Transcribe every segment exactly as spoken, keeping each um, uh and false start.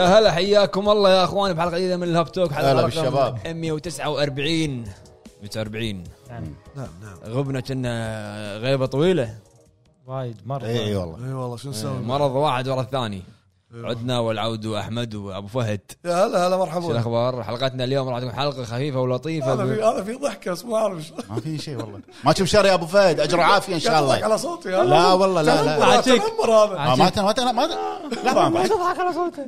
يا هلا حياكم الله يا اخواني بحلقه جديده من الهاب توك هلا بالشباب. مية وتسعة وأربعين مية وتسعة وأربعين. نعم نعم نعم غبنا كنا غيبه طويله وايد مره. اي والله اي والله شو نسوي مرض واحد ورا الثاني. عدنا والعود واحمد وابو فهد. يا هلا هلا شو مرحبا. الاخبار؟ حلقتنا اليوم راح تكون حلقه خفيفه ولطيفه. هذا في هذا في ضحكه بس ما اعرف شو ما في شيء والله. ما تشوف شر يا ابو فهد اجر عافيه ان شاء الله. على صوتي لا والله لا لا لا تنمر هذا ما ما ما ما ما لا ما تضحك على صوته.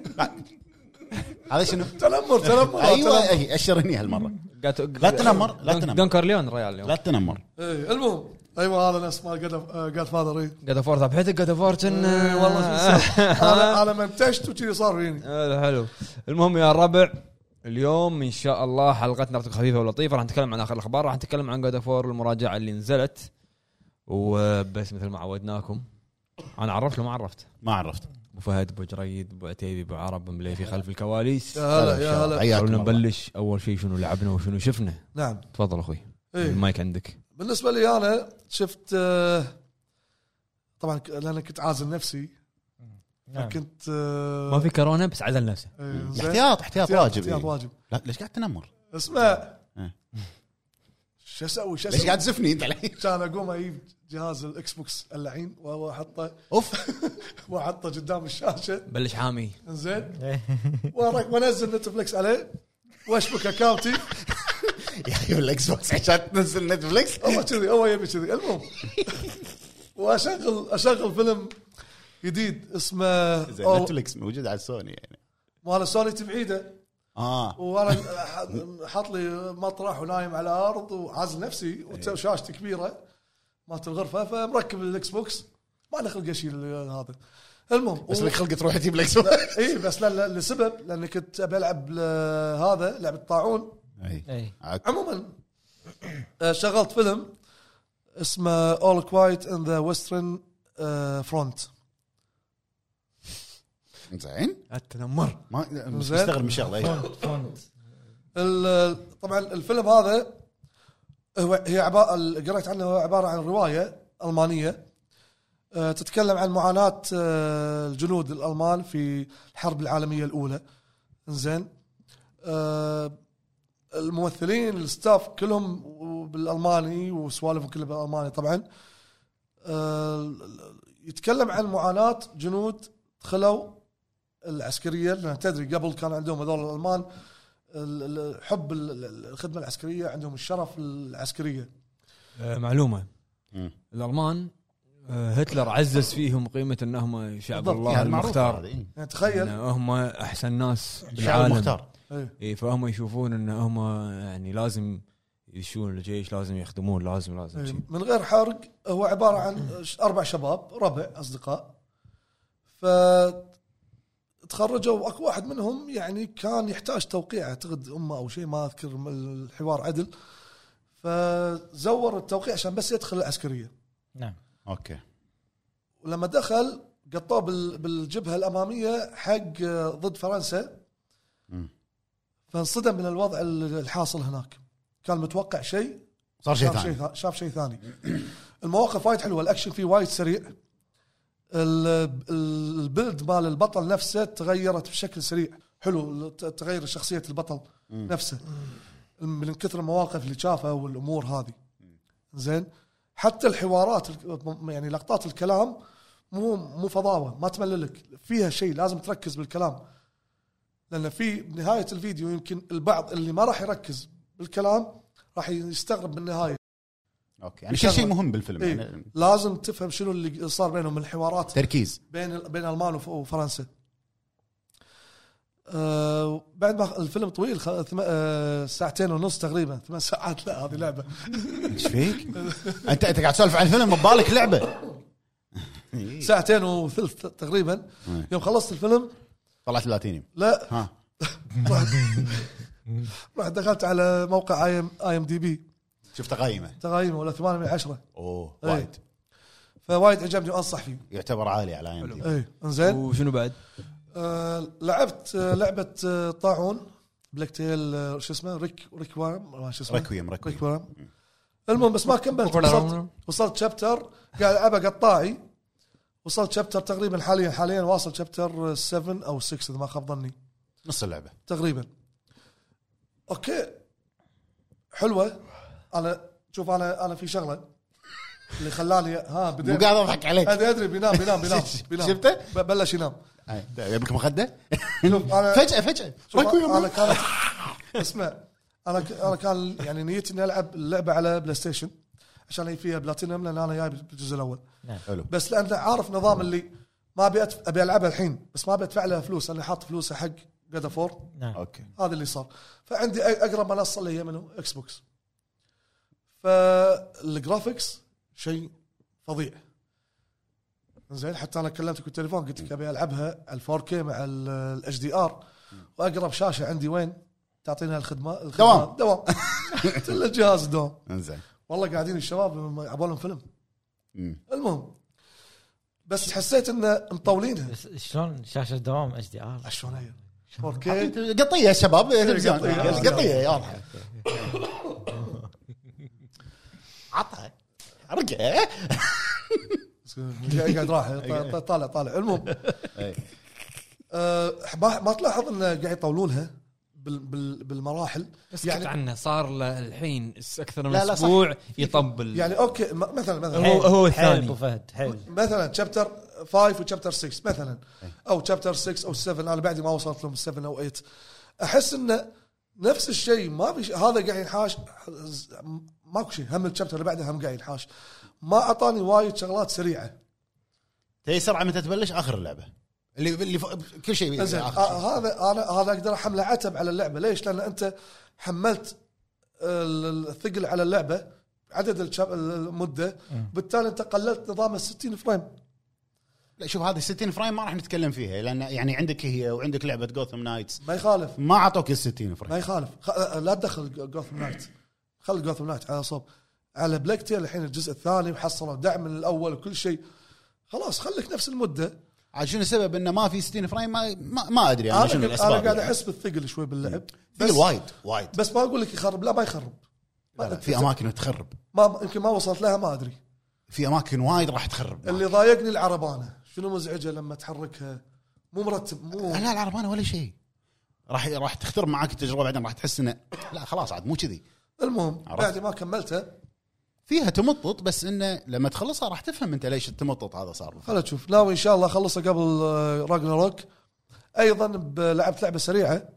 هذا شنو تنمر تنمر ايوه اي اشرني هالمره. لا تنمر لا تنمر دونكر ليون ريال اليوم لا تنمر. ايه المهم ايوه هذا نفس مال قاد فاذر. ايه قد فور ذبحتك قد فور كن والله شو نسوي. انا انا منتجت وكذي صار فيني. هذا حلو. المهم يا الربع اليوم ان شاء الله حلقتنا راح تكون خفيفه ولطيفه. راح نتكلم عن اخر الاخبار، راح نتكلم عن جاد فور المراجعه اللي نزلت وبس مثل ما عودناكم. انا عرفت له ما عرفت ما عرفت ابو فهد ابو جريد ابو عتيبي ابو عرب مليفي خلف الكواليس. يا هلا يا هلا. حياكم خلونا الله. نبلش اول شيء شنو لعبنا وشنو شفنا. نعم تفضل اخوي إيه. المايك عندك. بالنسبه لي انا شفت آه، طبعا ك- لان كنت عازل نفسي نعم. كنت آه، ما في كورونا بس عزل نفسه. إيه، زين. احتياط احتياط واجب. احتياط إيه. واجب. لا ليش قاعد تنمر؟ اسمع إيه. شو اسوي شو ليش اسوي قاعد تزفني انت الحين؟ كان اقوم اجيب جهاز الاكس بوكس اللعين واحطه اوف واحطه قدام الشاشه بلش حامي. زين وأرك- وانزل نتفلكس عليه واشبك اكاونتي. يا اخي بالاكس بوكس عشان تنزل نتفلكس. هو كذي هو يبي كذي. المهم واشغل اشغل فيلم جديد اسمه زين أو- نتفلكس موجود على سوني يعني. مال سوني تبعيده اه وانا حاط لي مطرح ونايم على الارض وعازل نفسي وشاشتي كبيره مالت الغرفه فمركب الاكس بوكس ما له خلق شيء هذا. المهم بس لك خلق تروح تجيب الاكس بوكس. اي بس لا لا لسبب لاني كنت ابي العب ل- هذا لعبه طاعون. اي اي عموما آه، شغلت فيلم اسمه All Quiet in the Western آه، Front. زين التنمر ما زين. مستغرب من شغله. إيه. فونت فونت ال- طبعا الفيلم هذا هو هي عبارة قرأت عنه هو عبارة عن رواية ألمانية آه، تتكلم عن معاناة آه، الجنود الألمان في الحرب العالمية الأولى. إنزين آه، الممثلين الستاف كلهم بالألماني وسوالفهم كلها بالألماني طبعا. آه، يتكلم عن معاناة جنود دخلوا العسكرية لأن تدري قبل كان عندهم هذول الألمان ال- ال- حب ال- الخدمة العسكرية عندهم الشرف العسكرية. آه، معلومه مم. الالمان آه، هتلر عزز فيهم قيمه انهم شعب بالضبط. الله يعني معروف المختار. هذا. إيه. يعني تخيل هم احسن ناس الشعب بالعالم. المختار. إيه. اي فهم يشوفون ان هم يعني لازم يشون الجيش لازم يخدمون لازم لازم إيه. شيء. من غير حرق هو عبارة عن ش- أربع شباب ربع أصدقاء فتخرجوا وأكو واحد منهم يعني كان يحتاج توقيع اعتقد أمه أو شيء ما أذكر الحوار عدل فزور التوقيع عشان بس يدخل العسكرية. نعم اوكي ولما دخل قطوه بال- بالجبهة الأمامية حق ضد فرنسا مم. فانصدم من الوضع الحاصل هناك. كان متوقع شيء صار شيء شاف ثاني. شيء شاف شيء ثاني. المواقف وايد حلوه الاكشن فيه وايد سريع. ال- البلد مال البطل نفسه تغيرت بشكل سريع حلو تغير شخصيه البطل مم. نفسه من كثر المواقف اللي شافها والامور هذه. زين حتى الحوارات يعني لقطات الكلام مو مو فضاوه ما تمللك فيها شيء لازم تركز بالكلام لان في بنهايه الفيديو يمكن البعض اللي ما راح يركز بالكلام راح يستغرب بالنهايه. اوكي يعني كل شيء مهم بالفيلم. إيه؟ يعني لازم تفهم شنو اللي صار بينهم من الحوارات تركيز. بين بين المان وف- وفرنسا. أه بعد ما الفيلم طويل خ... ثم... أه ساعتين ونص تقريبا ثمان ساعات. لا هذه لعبه. ايش فيك؟ انت انت قاعد تسولف عن الفيلم ببالك لعبه. ساعتين وثلث تقريبا. يوم خلصت الفيلم طلعت بلاتينيوم. لا ها رحت دخلت على موقع اي ام اي ام دي بي شفت تقييمه. تقييمه ولا ثمانية من عشرة اوه إيه. وايد فوايد عجبني وانصح فيه. يعتبر عالي على اي ام دي. اي انزين وشنو بعد؟ آه لعبت آه لعبه آه طاعون بلاك تيل آه شو اسمه ريك ريك وارم ما شو اسمه ريكويم ريك ريكويم. وارم. المهم بس ما كملت وصلت, وصلت شابتر قاعد العبها قطاعي وصلت شابتر تقريبا حاليا حاليا واصل شابتر سبعة او ستة اذا ما خاب ظني. نص اللعبه تقريبا. اوكي حلوه. انا شوف انا انا في شغله اللي خلاني ها مو بديت قاعد اضحك عليك. ادري ادري بينام بينام بينام بينام شفته؟ ب- بلش ينام. أي، يبيك مخده شوف انا فجاه فجاه شوف ركو يا انا مان. كانت اسمع انا ك- انا كان يعني نيتي اني العب اللعبه على بلاي ستيشن عشان هي فيها بلاتينيوم لان انا جايب بالجزء الاول. حلو. بس لان عارف نظام اللي ما ابي أتف... ابي العبها الحين بس ما ابي ادفع لها فلوس انا حاط فلوسها حق جاد فور. نعم. اوكي هذا اللي صار. فعندي أ- اقرب منصه اللي هي منو اكس بوكس. فالجرافيكس شيء فظيع زين. حتى انا كلمتك بالتليفون قلت لك ابي العبها على فور كي مع الاتش دي ار واقرب شاشه عندي وين تعطينا الخدمه دوام. دوام قلت له الجهاز دوام. انزين. والله قاعدين الشباب يلعبون لهم فيلم. مم. المهم بس حسيت انه مطولينها. بس شلون شاشه دوام اتش دي ار؟ شلون هي فور كي قطيه يا شباب تلفزيون قطية. قطيه يا واضحه عطها رقع قاعد راح طالع- طالع طالع. المهم أي. أه ما ما تلاحظ انه قاعد يطولونها بال بال بالمراحل بس يعني- يعني عنه صار له الحين اكثر من لا، لا، صح. اسبوع يطبل. يعني اوكي م- مثلا مثلا هو- هو حيل الثاني. ابو فهد حيل. مثلا شابتر خمسة وشابتر ستة مثلا او شابتر ستة او سبعة انا بعدي ما وصلت لهم سبعة او ثمانية احس انه نفس الشيء ما في شيء. هذا قاعد ينحاش ماكو شيء هم الشابتر اللي بعده هم قاعد ينحاش ما اعطاني وايد شغلات سريعه. هي سرعه متى تبلش اخر اللعبه اللي اللي ف... كل شيء زين آخر آه شيء. هذا انا هذا اقدر احمله عتب على اللعبه. ليش؟ لان انت حملت ال- الثقل على اللعبه عدد الشاب- المده بالتالي انت قللت نظام ال ستين فريم. لا شوف هذه ستين فريم ما راح نتكلم فيها لان يعني عندك هي وعندك لعبه جوثم نايتس ما يخالف ما عطوك ال ستين ما فريم. يخالف خ... لا تدخل جوثم نايت. خل جوثم نايت على صوب على بلاك تيل الحين الجزء الثاني وحصلوا دعم من الاول وكل شيء. خلاص خليك نفس المده. عاد شنو السبب انه ما في ستين فريم ما ما, ما ادري انا انا, شنو أنا الاسباب. قاعد احس بالثقل شوي باللعب بس وايد وايد بس ما اقول لك يخرب لا ما يخرب. لا لا في اماكن تخرب ما يمكن ما وصلت لها ما ادري. في اماكن وايد راح تخرب. اللي ضايقني العربانه شنو مزعجه لما تحركها مو مرتب مو لا لا العربانه ولا شيء راح راح تخترب معاك التجربه بعدين راح تحس انه لا خلاص عاد مو كذي. المهم عرفت. بعد ما كملتها فيها تمطط بس انه لما تخلصها راح تفهم انت ليش التمطط هذا صار. خلينا نشوف ناوي ان شاء الله اخلصها قبل راجناروك. ايضا لعبت لعبه سريعه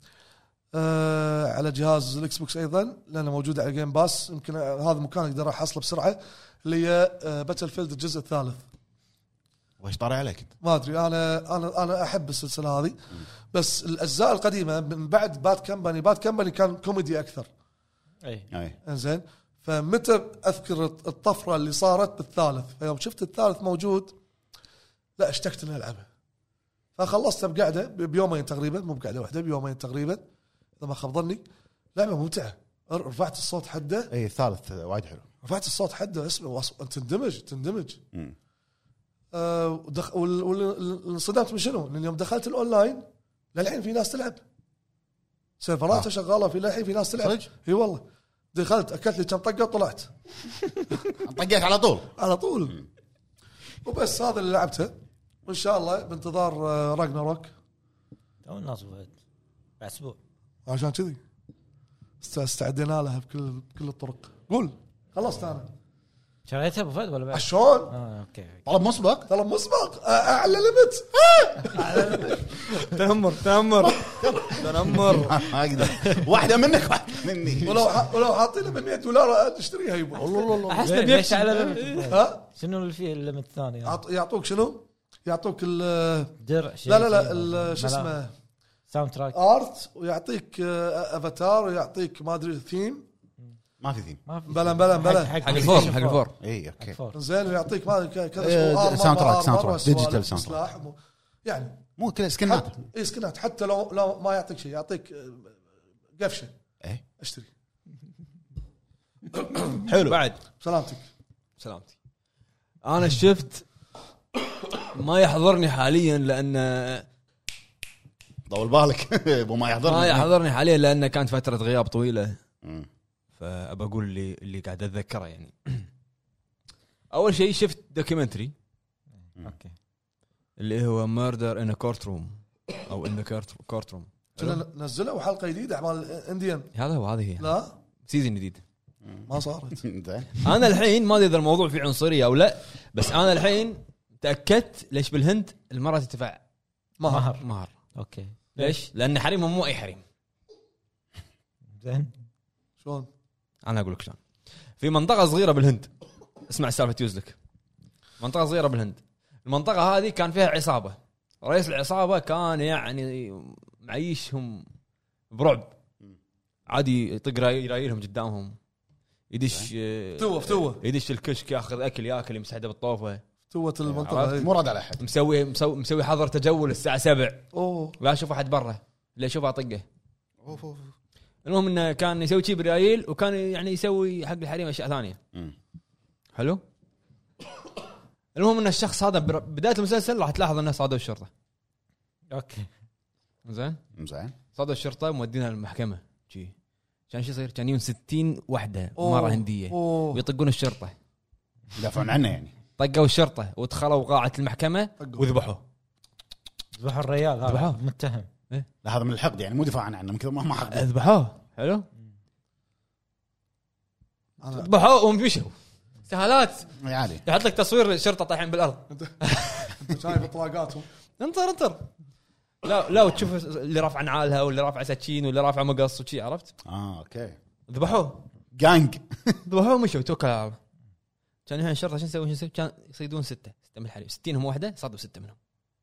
آه على جهاز الاكس بوكس ايضا لانه موجوده على جيم باس يمكن هذا المكان اقدر احصله بسرعه اللي هي آه باتل فيلد الجزء الثالث. وش طاري عليك انت؟ ما ادري انا انا انا احب السلسله هذه بس الاجزاء القديمه من بعد باد كمباني باد كمباني كان كوميدي اكثر. اي اي انزين فمتى اذكر الطفره اللي صارت بالثالث فيوم شفت الثالث موجود لا اشتقت اني العبها فخلصتها بقعده بيومين تقريبا مو بقعده واحده بيومين تقريبا اذا ما خاب ظني. لعبه ممتعه رفعت الصوت حده اي الثالث وايد حلو. رفعت الصوت حده اسمه واص... تندمج تندمج مم. آه ودخ... وال... وال... انصدمت من شنو؟ لان يوم دخلت الاونلاين للحين في ناس تلعب سيرفراتها آه. شغاله في للحين في ناس تلعب. صدق؟ اي والله دخلت اكلت لي كم طقه وطلعت طقيت على طول. على طول. وبس هذا اللي لعبته وان شاء الله بانتظار آه، راجناروك تو الناس ابو فهد بعد اسبوع. عشان كذي است- استعدينا لها بكل بكل الطرق. قول خلصت انا شريتها ابو فهد ولا بعد؟ شلون اه اوكي. طلب مسبق. طلب مسبق آه، اعلى ليمت تنمر تنمر تنمر. ما اقدر واحده منك واحده مني. ولو ح- ولو حاطينه ب مية دولار تشتريها يبا. الله الله احس ليش- بيمشي ليش على أنت- ليمت. ها شنو اللي فيه الليمت الثاني؟ يعط- يعطوك شنو يعطوك ال درع شيء لا لا لا شيء. ال- شو ملا- اسمه ساوند تراك. ارت ويعطيك آه، افاتار ويعطيك ما ادري ثيم ما في ثيم. ما في بلا بلا بلا حق الفور حق الفور. اي حق اوكي. فور. زين ويعطيك ما ادري كذا إيه، اسمه آرمر، ساوند تراك، آرمر ساوند تراك، وسوالف ديجيتال ساوند وسلاح وم- يعني مو كذا سكنات. حتى اي سكنات حتى لو لو ما يعطيك شيء يعطيك آه، قفشه اي اشتري. حلو. بعد سلامتك. سلامتي. انا شفت ما يحضرني حاليا لان طول بالك ابو ما يحضرني. ما يحضرني حاليا لان كانت فتره غياب طويله مم. فابى اقول اللي اللي قاعد اتذكره يعني. اول شيء شفت دوكيومنتري اوكي. اللي هو ميردر ان كورت روم او ان كورت روم كنا نزلوا حلقه جديده مال انديان. هذا هو هذه هي لا سيزون جديد. ما صارت. زين انا الحين ما ادري اذا الموضوع فيه عنصريه او لا، بس انا الحين تاكدت ليش بالهند المراه تدفع مهر. مهر. اوكي ليش؟ لان حريمهم مو اي حريم. زين شلون؟ انا اقول لك شلون. في منطقه صغيره بالهند، اسمع السالفه يوزلك. منطقه صغيره بالهند، المنطقه هذه كان فيها عصابه، رئيس العصابه كان يعني معيشهم برعب، عادي يطق رايلهم قدامهم، يدش فتوه فتوه يدش الكشك ياخذ اكل ياكل يمسحده بالطوفه، فتوه المنطقه. مو راد على احد. مسوي مسوي مسوي حظر تجول الساعه سبعة، اوه لا اشوف احد برا، لا اشوف اطقه. أوف أوف. المهم انه كان يسوي شيء بريايل، وكان يعني يسوي حق الحريم اشياء ثانيه. مم. حلو. المهم ان الشخص هذا بدايه المسلسل راح تلاحظ انه صادوا الشرطه. اوكي زين زين صادوا الشرطه مودينها المحكمه شي. كان شو يصير؟ كان يوم ستين وحده أوه. مره هنديه اوه ويطقون الشرطه، يدافعون عنه يعني. طقوا الشرطه ودخلوا قاعه المحكمه طقوا. وذبحوه. ذبحوا الرجال هذا ذبحوه. متهم. لا هذا من الحقد يعني، مو دفاعا عنه، من كذا ما ما حقد. ذبحوه. حلو. أنا- ذبحوه ومشوا. سهالات. عادي. يحط لك تصوير الشرطه طايحين بالارض. انت شايف اطلاقاتهم. انطر انطر. لا لا وتشوف اللي رافع نعالها واللي رافع سكين واللي رافع مقص وشي، عرفت؟ اه اوكي. ذبحوه. جانج. ذبحوه ومشوا توكل على الله. كان الحين الشرطه شو نسوي؟ شو نسوي؟ كان يصيدون سته سته من الحريم، ستين هم واحده صادوا سته منهم.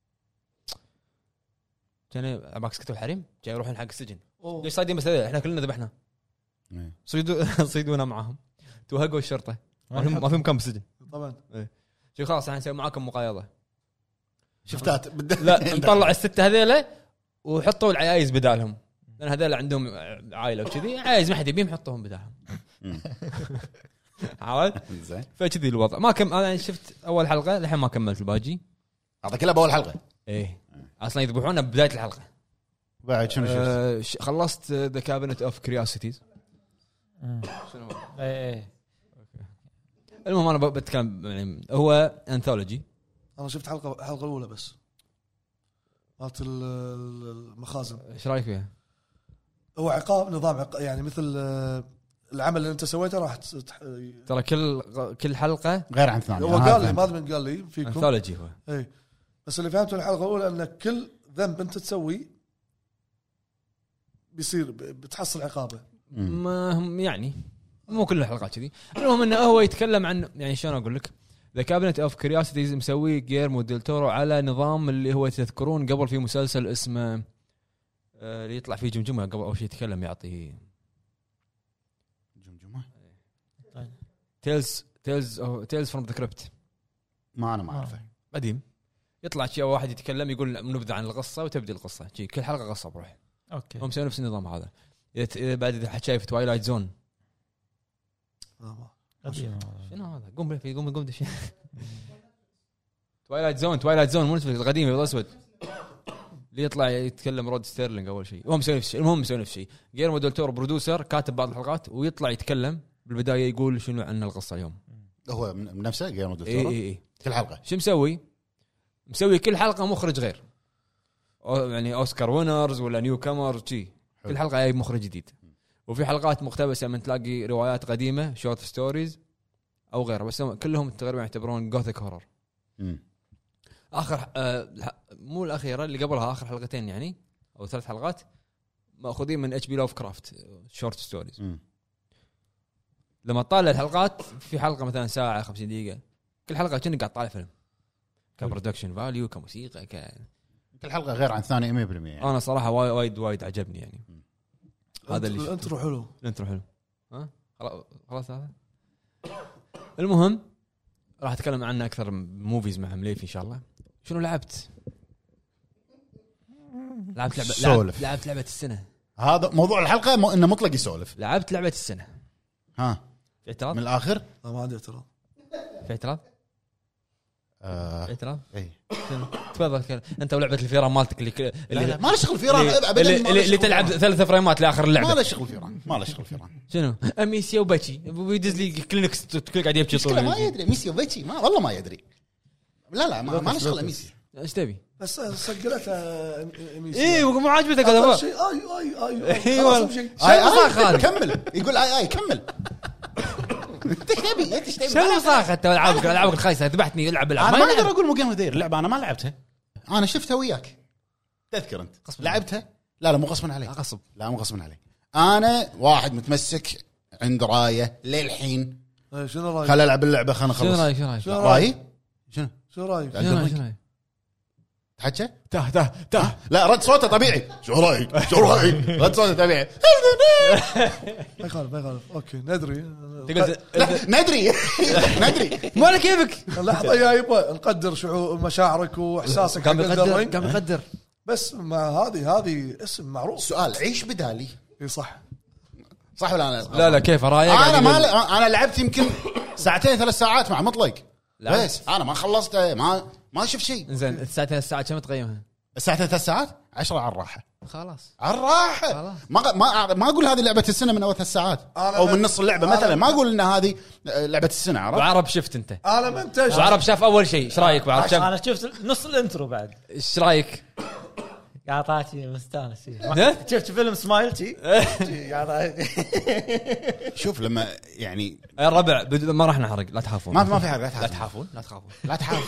كان عباك سكتوا الحريم جاي يروحون حق السجن. أوه. ليش صايدين بس هذول؟ احنا كلنا ذبحنا. إيه. صيدوا صيدونا معاهم. توهقوا الشرطه. ما في ما في مكان بالسجن. طبعا شو خلاص احنا نسوي معاكم مقايضه. شفتات بد- لا نطلع السته هذيله وحطوا العيايز بدالهم، لان هذول عندهم عائله وكذي، عايز ما حد يبيهم حطوهم بدالهم. مم. عرفت؟ زين فكذي الوضع. ما كم انا شفت اول حلقه الحين ما كملت الباقي. هذا كله باول حلقه. ايه اصلا يذبحونا ببدايه الحلقه. بعد شنو شفت؟ أه ش- خلصت ذا كابينت اوف كريوسيتيز. شنو هو؟ اي اي المهم انا ب- بتكلم يعني هو انثولوجي. انا شفت حلقه الحلقه الاولى بس مالت ال- ال- المخازن. ايش رايك فيها؟ هو عقاب نظام عقاب يعني مثل آه، العمل اللي انت سويته راح تح... ترى كل كل حلقه غير عن ثاني. هو أنا قال لي فهمت. ما ادري من قال لي فيكم انثولوجي هو. اي بس اللي فهمته الحلقه الاولى ان كل ذنب انت تسويه بيصير ب- بتحصل عقابه. مم. ما هم يعني مو كل الحلقات كذي. المهم انه هو يتكلم عن يعني شلون اقول لك، ذا كابينت اوف كريوسيتيز مسوي جيرمو ديل تورو على نظام اللي هو تذكرون قبل في مسلسل اسمه آه، اللي يطلع فيه جمجمه قبل اول شيء يتكلم يعطي جمجمه تيلز تيلز تيلز فروم ذا كريبت. ما انا ما اعرفه. قديم يطلع شيء واحد يتكلم يقول نبذه عن القصه وتبدي القصه شيء كل حلقه قصه بروح. اوكي هم مسوي نفس النظام هذا. اذا إذا بعد اذا حد شايف توايلايت زون. قديم. شنو هذا؟ قوم في قوم قوم دش. توايلايت زون توايلايت زون مو نتفلكس القديم بالاسود اللي يطلع يتكلم رود ستيرلينج اول شيء. هو مسوي نفس الشيء. المهم مسوي نفس الشيء. جيرمو ديل تورو برودوسر كاتب بعض الحلقات ويطلع يتكلم بالبدايه يقول شنو عن القصه اليوم. هو من من نفسه جيرمو ديل اي تورو اي اي كل حلقه. شو مسوي؟ مسوي كل حلقه مخرج غير. أو يعني اوسكار وينرز ولا نيو كامر شي. كل حلقه اي مخرج جديد. وفي حلقات مقتبسه من تلاقي روايات قديمه شورت ستوريز او غيره، بس كلهم تقريبا يعتبرون جوثيك هورر. مم. اخر آه مو الاخيره اللي قبلها اخر حلقتين يعني او ثلاث حلقات ماخذين من اتش بي لوف كرافت شورت ستوريز. مم. لما تطالع الحلقات في حلقه مثلا ساعه خمسين دقيقه، كل حلقه كأنك قاعد طالع فيلم كبرودكشن فاليو كموسيقى ك... كل حلقه غير عن ثاني مية بالمية يعني. انا صراحه وايد وايد, وايد عجبني يعني. هذا اللي الانترو حلو. الانترو حلو. ها خلاص خلاص هذا. المهم راح اتكلم عنه اكثر موفيز مع مليفي ان شاء الله. شنو لعبت؟ لعبت لعبه سولف. لعبت لعبه السنه. هذا موضوع الحلقه مو انه مطلق يسولف. لعبت لعبه السنه. ها في اعتراض؟ من الاخر. لا ما عندي اعتراض. في اعتراض؟ آه. في اعتراض؟ اي شنو؟ تفضل كلام. انت ولعبه الفيران مالتك اللي لا اللي لا ما له شغل فيران اللي, ابدا. اللي, ما له اللي, اللي شغل تلعب فيران. ثلاث فريمات لاخر ما اللعبه. له شغل فيران. ما له شغل فيران. شنو؟ اميسيا وبكي ويدز لي كلينكس كل قاعد يبكي مشكلة طول ما يدري ميسي وبيتشي ما والله ما يدري. لا لا ما, ما له شغل ميسي. ايش تبي؟ بس سجلتها ايه مو عاجبتك هذا شيء اي اي اي اي والله اي شو اي كمل يقول اي اي كمل انت ايش تبي انت ايش تبي شو صاخ انت العابك العابك الخايسه ذبحتني العب العب انا ما اقدر اقول مو جيم اوف ذا يير اللعبه انا ما لعبتها انا شفتها وياك تذكر انت لعبتها لا لا مو غصبا عليك غصب لا مو غصبا عليك انا واحد متمسك عند رايه للحين شنو رايك؟ خل العب اللعبه خلنا شو نخلص رايك شو رايك شنو رايي شنو شو رايك؟ شو رايك شو رايك تحكي ته ته ته لا رد صوته طبيعي شو رايك شو رايك رد صوته طبيعي ما يخالف ما يخالف اوكي ندري تقول لا ندري ندري مو على كيفك لحظه يا يبا نقدر شعور مشاعرك واحساسك قام حق يقدر Elden Ring. قام يقدر بس مع هذه هذه اسم معروف سؤال عيش بدالي اي صح صح ولا انا لا لا كيف رايك انا ما ل... انا لعبت يمكن ساعتين ثلاث ساعات مع مطلق لا. بس انا ما خلصت ما ما شفت شيء زين الساعه ثلاث ساعات كم تقيمها ساعتين ثلاث ساعات عشرة على الراحه خلاص على الراحه خلاص. ما ما ما اقول هذه لعبه السنه من اول ثلاث ساعات أنا او من- من نص اللعبه أنا مثلا من- ما اقول ان هذه لعبه السنه عرفت وعرب شفت انت انا منتج وعرب شاف اول شيء ايش رايك بعرب شاف انا شفت نص الانترو بعد ايش رايك قاعد طاعتي مستانس فيه. ها؟ شفت فيلم سمايل شي قاعد طاعتي. شوف لما يعني يا الربع بد- ما راح نحرق لا تخافون ما ما في حاجه لا لا تحاول تخافون لا تخافون لا تحاول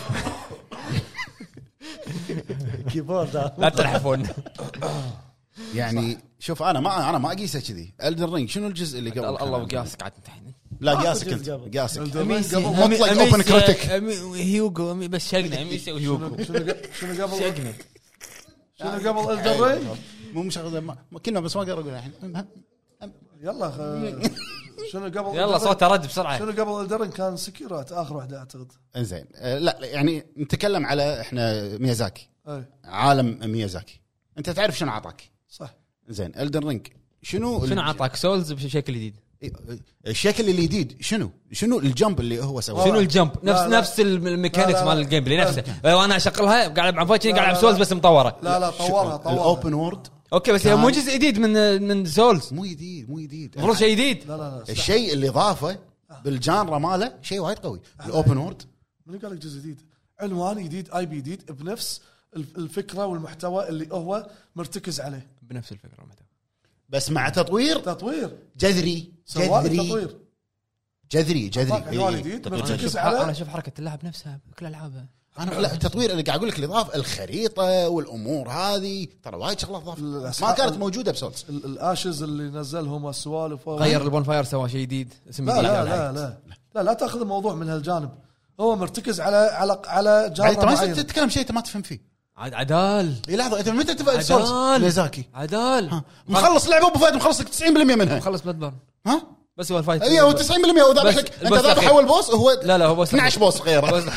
كيبورد لا تلحفون يعني شوف انا ما انا ما اقيسه كذي الدر رينج شنو الجزء اللي قبل الله وقاسك قاعد تمتحن لا ماكو قاسك جزء انت قبل. قاسك Elden Ring قبل مطلق open critic. هيوغو أمي بس شقنا أمي يسوي هيوغو شنو شنو شنو قبل شقنا شنو قبل Elden Ring مو مشغل ما- كلمه بس ما اقدر اقولها الحين المهم يلا خ- شنو قبل يلا Elden Ring؟ صوته رد بسرعه شنو قبل Elden Ring كان سكيرات اخر واحده اعتقد انزين أه، لا يعني نتكلم على احنا ميازاكي اي عالم ميازاكي انت تعرف شنو عطاك صح زين الدن رينج شنو شنو عطاك سولز بشكل جديد الشكل الجديد شنو شنو الجمب اللي هو سواه شنو الجمب نفس لا، لا. نفس الميكانكس لا، لا. مال الجيم بلاي نفسه وانا اشغلها قاعد العب عن فايتشن لا، قاعد العب لا، سولز لا. بس مطوره لا لا طورها طورها الاوبن وورد اوكي بس هي كان- مو جزء جديد من من سولز مو جديد مو جديد المفروض شيء جديد لا لا لا الشيء اللي ضافه بالجانرا ماله شيء وايد قوي الاوبن وورد من قال لك جزء جديد عنوان جديد اي بي جديد بنفس الف- الفكره والمحتوى اللي هو مرتكز عليه بنفس الفكره متى بس مع تطوير تطوير جذري سوالف جذري تطوير جذري جذري أعطاك عنوان إيه. جديد انا مرتكز اشوف انا على اشوف حركه اللعب نفسها بكل العابها انا لا التطوير اللي قاعد اقول لك الاضافه الخريطه والامور هذه ترى وايد شغلات ضافت ما الأسحاب- كانت موجوده بسولز ال- الاشز اللي نزلهم والسوالف غير البون فاير سوى شيء جديد اسم لا جديد لا على لا العاب. لا لا لا تاخذ الموضوع من هالجانب هو مرتكز على على على بعد جانب انت ما معين تتكلم شيء انت ما تفهم فيه عاد عدال اي لحظه انت متى تبغى سولز عدال ميازاكي عدال مخلص لعبه ابو فهد مخلص لك تسعين بالمية منها خلص بلاد بورن ها بس هو الفايت اي هو تسعين بالمية هو ذابح بس- لك انت بس ذابح الأخير. اول بوس هو لا لا هو بس اثناشر بوس غيره بس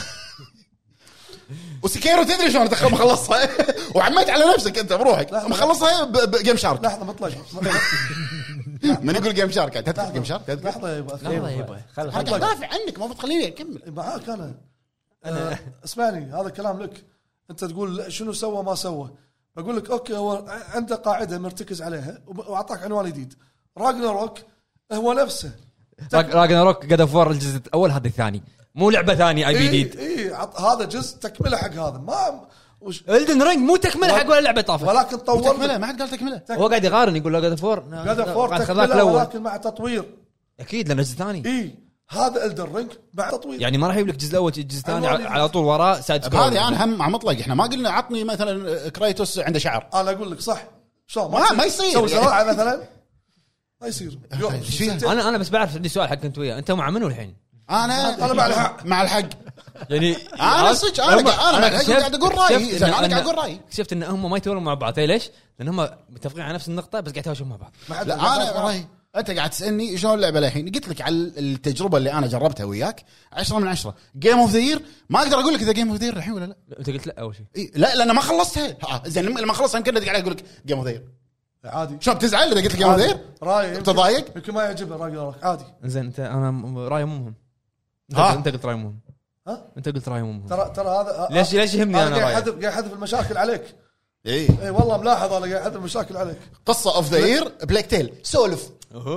وسكيرو تدري شلون تخ- مخلصها وعميت على نفسك انت بروحك لا، مخلصها بجيم شارك لحظه مطلق من يقول جيم شارك انت تدخل جيم شارك تدخل لحظه يبا لحظه يبا خل قاعد ادافع عنك ما بتخليني اكمل معاك انا انا اسمعني هذا كلام لك انت تقول شنو سوى ما سوى بقول لك اوكي هو عنده قاعده مرتكز عليها وب- واعطاك عنوان جديد راجناروك هو نفسه راجناروك جاد اوف وور الجزء الاول هذا الثاني مو لعبه ثانيه اي بي جديد اي عط- هذا جزء تكمله حق هذا ما وش الدن رينج مو تكمله حق ولا لعبه طافت ولكن طور تكمله ما حد قال تكمله هو قاعد يقارن يقول له جاد اوف وور هذا فور خذاك تكمله الاول ولكن مع تطوير اكيد لانه جزء ثاني اي هذا الدر رينج مع تطوير يعني ما راح يجيب لك الجزء الاول الجزء الثاني عنوان على على طول وراه سايد سكرول هذه انا هم مع مطلق احنا ما قلنا عطني مثلا كرايتوس عنده شعر انا اقول لك صح شلون ما- ما يصير. سوي زراعه مثلا ما يصير يوم إيش فيها؟ سنتين. انا انا بس بعرف عندي سؤال حق انت وياه انت مع منو الحين انا أنا مع الحق. مع الحق يعني انا صدق انا هم- قاعد- انا مع الحق اكتشفت- قاعد اقول رايي اكتشفت زين إن- انا قاعد إن- اقول رايي اكتشفت ان هم ما يتورون مع بعض ليش؟ لان هم متفقين على نفس النقطه بس قاعد يتهاوشون مع بعض ما حد لا قاعد انا يسمع. رايي انت قاعد تسالني شلون اللعبه للحين قلت لك على التجربه اللي انا جربتها وياك عشرة من عشرة جيم اوف ذا يير ما اقدر اقول لك اذا جيم اوف ذا يير الحين ولا لا انت قلت لا اول شيء إيه لا لان ما خلصتها آه، زين لما لما خلصها يمكن قاعد اقول لك جيم اوف ذا يير عادي شو بتزعل اذا قلت لك جيم اوف ذا يير راي يمكن- تضايق؟ يمكن ما يعجبه راجناروك عادي زين انت انا م- رايي مو مهم انت, ها؟ انت قلت رايي مو مهم ها انت قلت رايي مو مهم ترى ترى هذا ليش ليش يهمني انا انا قاعد رايي يحذف قاعد يحذف المشاكل عليك اي اي والله ملاحظ انا قاعد يحذف المشاكل عليك قصه اوف ذا يير بلاك تيل سولف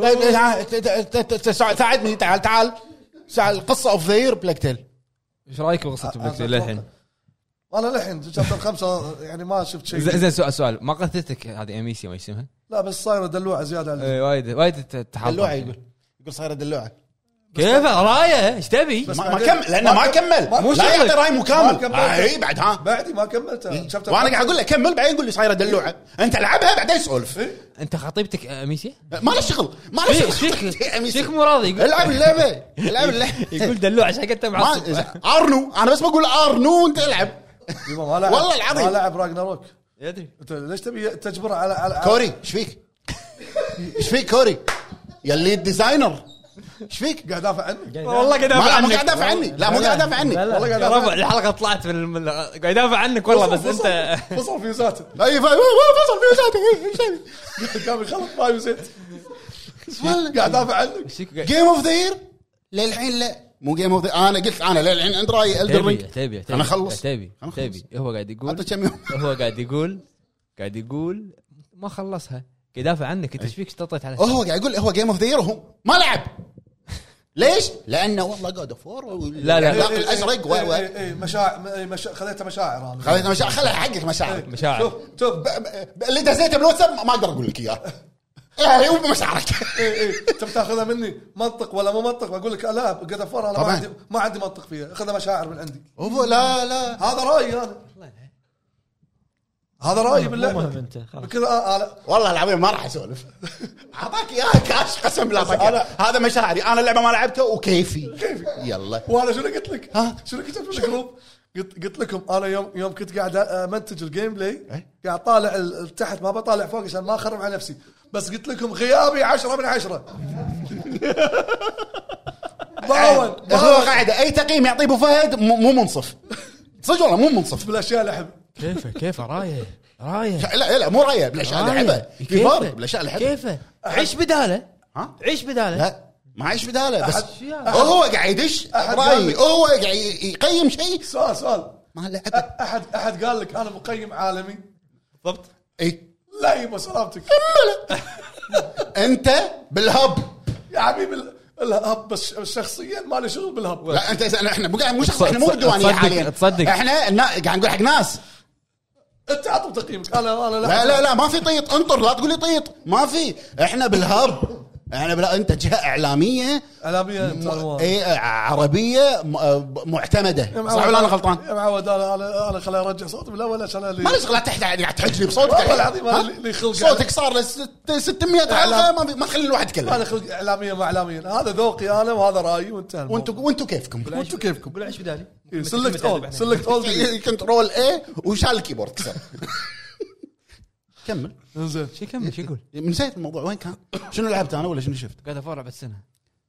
ساعدني تعال تعال ساعد القصه اوف ذا يير بلاك تيل ايش رايك بقصه بلاك تيل للحين؟ انا للحين شابتر خمسة يعني ما شفت شيء. زين سؤال سؤال ما قتلتك هذه اميسيا ما اسمها؟ لا بس صايره دلوعه زياده على اي وايد وايد تحضر دلوعه يقول يقول صايره دلوعه كيف رايه ايش تبي؟ بس ما ما بعدين- كمل لانه ما كمل مو لا شغلك. يعطي راي ما مكمل كملت. اي بعد ها بعدي ما كملت شابتر وانا قاعد اقول لك كمل بعدين يقول لي صايره دلوعه انت العبها بعدين سولف انت خطيبتك اميسيا؟ ما له شغل ما له ايش شغل فيك؟ ايش فيك مو راضي؟ يقول العب اللعبه العب اللعبه يقول دلوع عشان كنت معصب. ما ارنو انا بس بقول ارنو وانت العب يبا ما لعب والله العظيم. ما لعب راجناروك. يدري انت ليش تبي تجبره على على كوري ايش فيك؟ ايش فيك كوري؟ يا الليد ديزاينر ايش فيك؟ قاعد ادافع عنك. والله قاعد ما ادافع مو عنك قاعد ادافع عني لا مو قاعد ادافع عني لا، لا. والله قاعد يا ادافع ربع الحلقه طلعت من الم- قاعد ادافع عنك والله بس فصل- انت فصل فيوزاته اي فا- فصل في وساته ايش تبي؟ قام يخلط ماي وزيت قاعد ادافع عنك. جيم اوف ذا يير للحين لا مو جيم اوف ذا انا قلت انا للحين عند رايي الدر تبي رينج تبي تبي أنا أخلص. تبي أنا تبي هو قاعد يقول عطى كم يوم هو قاعد يقول قاعد يقول ما خلصها قاعد يدافع عنك انت ايش فيك اشتطيت عليه؟ هو قاعد يقول هو جيم اوف ذا يير وهو ما لعب ليش؟ لانه والله جود اوف وور لا، لا. الازرق و و اي اي مشاعر إيه، مشا- خليتها مشاعر انا خلينا مشاعر خلها حقك مشاعر مشاعر شوف شوف ب- ب- اللي دزيته بالواتساب ما اقدر اقول لك اياه ايه هو بمشاعرك اي اي انت بتاخذها مني منطق ولا مو منطق بقول لك لا قد افور انا ما طبعاً. عندي ما عندي منطق فيها اخذها مشاعر من عندي. هو لا لا هذا رايي انا هذا رايي مو باللعبه مهم انت خلاص. كذا انا والله العظيم ما راح اسولف اعطاك اياها كاش قسم بالله أعطاك إياها. هذا مشاعري انا اللعبه ما لعبتها وكيفي كيفي. يلا وانا شنو قلت لك؟ ها؟ شنو كتبت بالجروب؟ قلت قلت لكم انا يوم يوم كنت قاعد امنتج الجيم بلاي إيه؟ قاعد طالع ال- تحت ما بطالع فوق عشان ما اخرب على نفسي بس قلت لكم غيابي عشرة من عشرة باون هو باون قاعده اي تقييم يعطيه ابو فهد مو مو منصف صدق والله مو منصف بالاشياء اللي احب كيف كيف رايه رايه لا لا مو رايه بالاشياء اللي احبها في فرق بالاشياء اللي احبها كيف عيش بداله ها عيش بداله لا ما عيش بداله بس أحد- هو قاعد يدش أحد قال رايي لي- هو قاعد يقيم شيء سؤال سؤال ما لعبه احد احد قال لك انا مقيم عالمي بالضبط اي لا يبا سلامتك انت بالهب يا حبيبي ال- الهب بس شخصيا ما لي شغل بالهب لا انت احنا مو قاعد مو شخص احنا مو تصدق- بالديوانيه حاليا تصدق. احنا النا- قاعد نقول حق ناس انت عطوا تقييمك انا انا لا لا لا ما في طيط انطر لا تقول لي طيط ما في احنا بالهب احنا بلا انت جهه اعلاميه اعلاميه انت م... أنواع. ايه عربيه م... معتمده صح ولا انا غلطان؟ يا معود انا انا انا خليني ارجع صوتي بالاول عشان اللي ما ليش غلط تحت قاعد تحجني بصوتك والله العظيم ها؟ أنا اللي خلق صوتك صار له ستمية حلقه ما, في... ما تخلي الواحد انا يتكلم خلق اعلاميه مع اعلاميه هذا ذوقي انا وهذا رايي وانتهى وانتم وانتم كيفكم وانتم كيفكم قول عيش بدالي سلكت اول سلكت اول كنترول اي وشال الكيبورد كسر كمل زين شو كمل شو يقول نسيت الموضوع وين كان شنو لعبت انا ولا شنو شفت قاعد افرع بعد سنه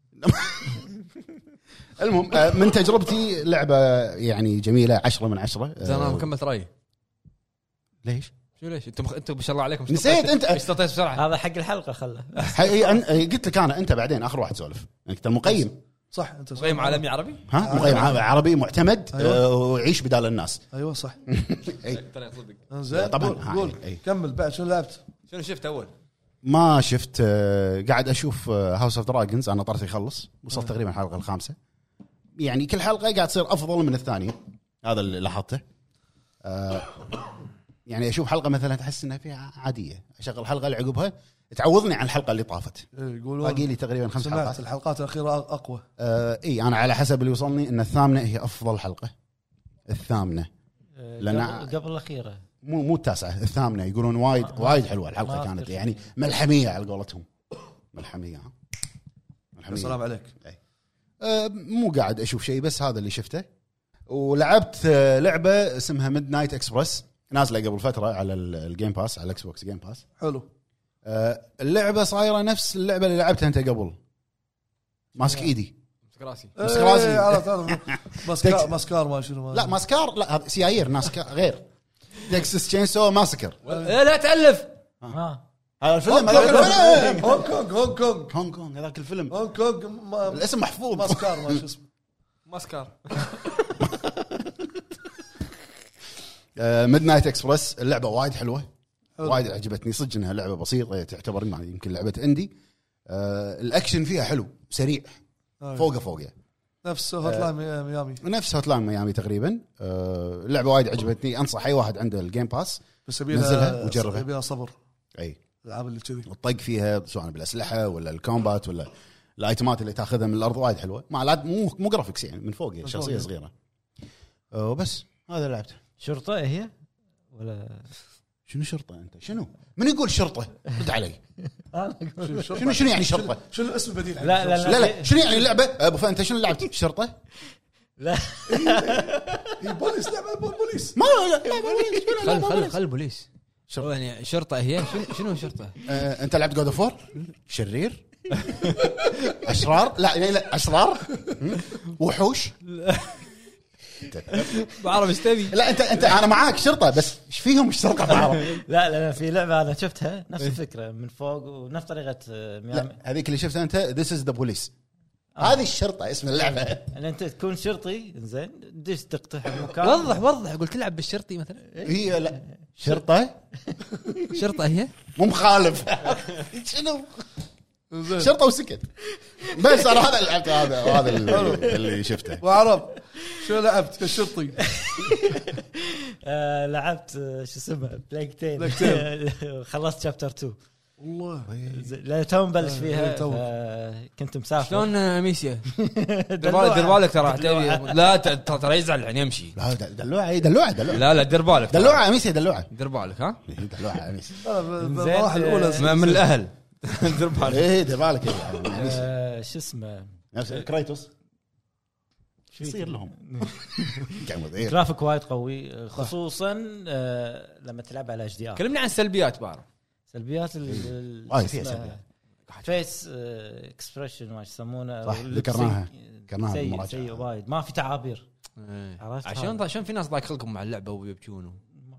المهم آه، من تجربتي لعبه يعني جميله عشرة من عشرة زين انا آه، كملت رايي ليش شو ليش انتم مخ... انتم ما شاء الله عليكم نسيت أنت. اشتطيت بسرعه هذا حق الحلقه خله حقيقة أن- قلت لك انا انت بعدين اخر واحد سولف انت المقيم صح انت قيم عالمي عربي ها مقيم عربي معتمد أيوة. آه، ويعيش بدال الناس ايوه صح ترى صدق زين طبعاً. قول- هاي. قول أي. كمل بعد شنو لعبت شنو شفت اول ما شفت آه، قاعد اشوف هاوس اوف دراجونز انا طرت يخلص وصلت تقريبا الحلقه الخامسه يعني كل حلقه قاعد تصير افضل من الثانيه هذا اللي لاحظته آه، يعني اشوف حلقه مثلا تحس انها فيها عاديه اشغل حلقه اللي عقبها تعوضني عن الحلقه اللي طافت إيه، يقولون باقي لي تقريبا خمس سمعت حلقات الحلقات الاخيره اقوى آه اي انا على حسب اللي وصلني ان الثامنه هي افضل حلقه الثامنه لأن- قبل قبل الاخيره مو مو التاسعه الثامنه يقولون وايد ما- وايد حلوه الحلقه ما كانت أذكر. يعني ملحميه على قولتهم ملحميه ها ملحميه السلام عليك أه مو قاعد اشوف شيء بس هذا اللي شفته ولعبت آه، لعبه اسمها ميد نايت اكسبرس نازله قبل فتره على ال- الجيم باس على الاكس بوكس جيم باس حلو أه اللعبه صايره نفس اللعبه اللي لعبتها انت قبل ماسك ايدي راسي بس راسي. إيه، عرفت عرفت مسكار مسكار ما شنو ما لا ماسكار لا هذا سيايير ناسكار غير تكساس تشينسو ماسكر إيه، لا تالف ها هذا الفيلم هذاك الفيلم هونغ كونغ هونغ كونغ هونغ كونغ هذاك الفيلم هونغ كونغ ما- الاسم محفوظ مسكار ما شو اسمه ماسكار ميد نايت اكسبرس اللعبه وايد حلوه حلو. وايد عجبتني صدق انها لعبه بسيطه تعتبر يمكن لعبه اندي آه الاكشن فيها حلو سريع أيوة. فوقه فوقه نفس هوت لاين ميامي نفس هوت لاين ميامي تقريبا. آه اللعبه وايد عجبتني، انصح اي واحد عنده الجيم باس بس نزلها وجربها. يبيها صبر اي الالعاب اللي كذي الطق فيها سواء بالاسلحه ولا الكومبات ولا الايتمات اللي تاخذها من الارض وايد حلوه، مع العاد مو مو جرافيكس يعني من فوق، يعني شخصيه صغيره. آه وبس هذا لعبته. شرطه هي ولا شنو شرطه انت؟ شنو من يقول شرطه؟ رد علي. انا اقول شنو شنو يعني شرطه؟ شنو الاسم البديل؟ لا لا لا لا شنو يعني اللعبه ابو فهد؟ انت شنو لعبت شرطه؟ لا هي بوليس لعبه بوليس ما لا لا خل خل خل البوليس شرطة يعني شرطة هي شنو شنو شرطة؟ آه، انت لعبت جود اوف وور؟ شرير اشرار لا يعني لا اشرار وحوش بعرف ايش تبي. لا انت انت انا معاك شرطه بس ايش فيهم الشرطه بعرف. لا لا في لعبه انا شفتها نفس الفكره من فوق ونفس طريقه ميامي. لا هذيك اللي شفتها انت ذيس از ذا بوليس، هذه الشرطه اسم اللعبه. ان انت تكون شرطي زين تدش تقتحم مكان. وضح وضح قلت تلعب بالشرطي مثلا. هي لا شرطه شرطة هي مو مخالف. شنو شرطه وسكت بس. انا هذا اللي لعبته، هذا هذا اللي, اللي شفته. وعرب شو لعبت كشرطي؟ آه لعبت آه، شو اسمه بلاك تيل. بلاك تيل. خلصت شابتر تو والله لا تو مبلش آه، فيها. تو. آه، كنت مسافر. شلون ميسيا؟ دير دلوعة. بالك دير بالك ترى دلوعة. تبي- لا ت- ترى يزعل يعني يمشي. لا دلوعه اي دلوعه دلوعه لا لا دير بالك ترى. دلوعه اميسي دلوعه دير بالك ها دلوعه اميسي بالمراحل الاولى م- من الاهل. دير بالك. ايه دير بالك يعني آه، شو اسمه نفس كرايتوس يصير لهم قاعد مذيع. جرافيك وايد قوي خصوصا آه، لما تلعب على اتش دي ار. كلمني عن السلبيات بعرف. سلبيات ال وايد فيها سلبيات. فيس اكسبريشن ما يسمونه. صح، أو ذكرناها. سيء- ذكرناها سيء بالمراجعة. سيء وايد ما في تعابير. إيه. عرفت عشان هذا. عشان في ناس ضايق خلقهم مع اللعبه ويبكون.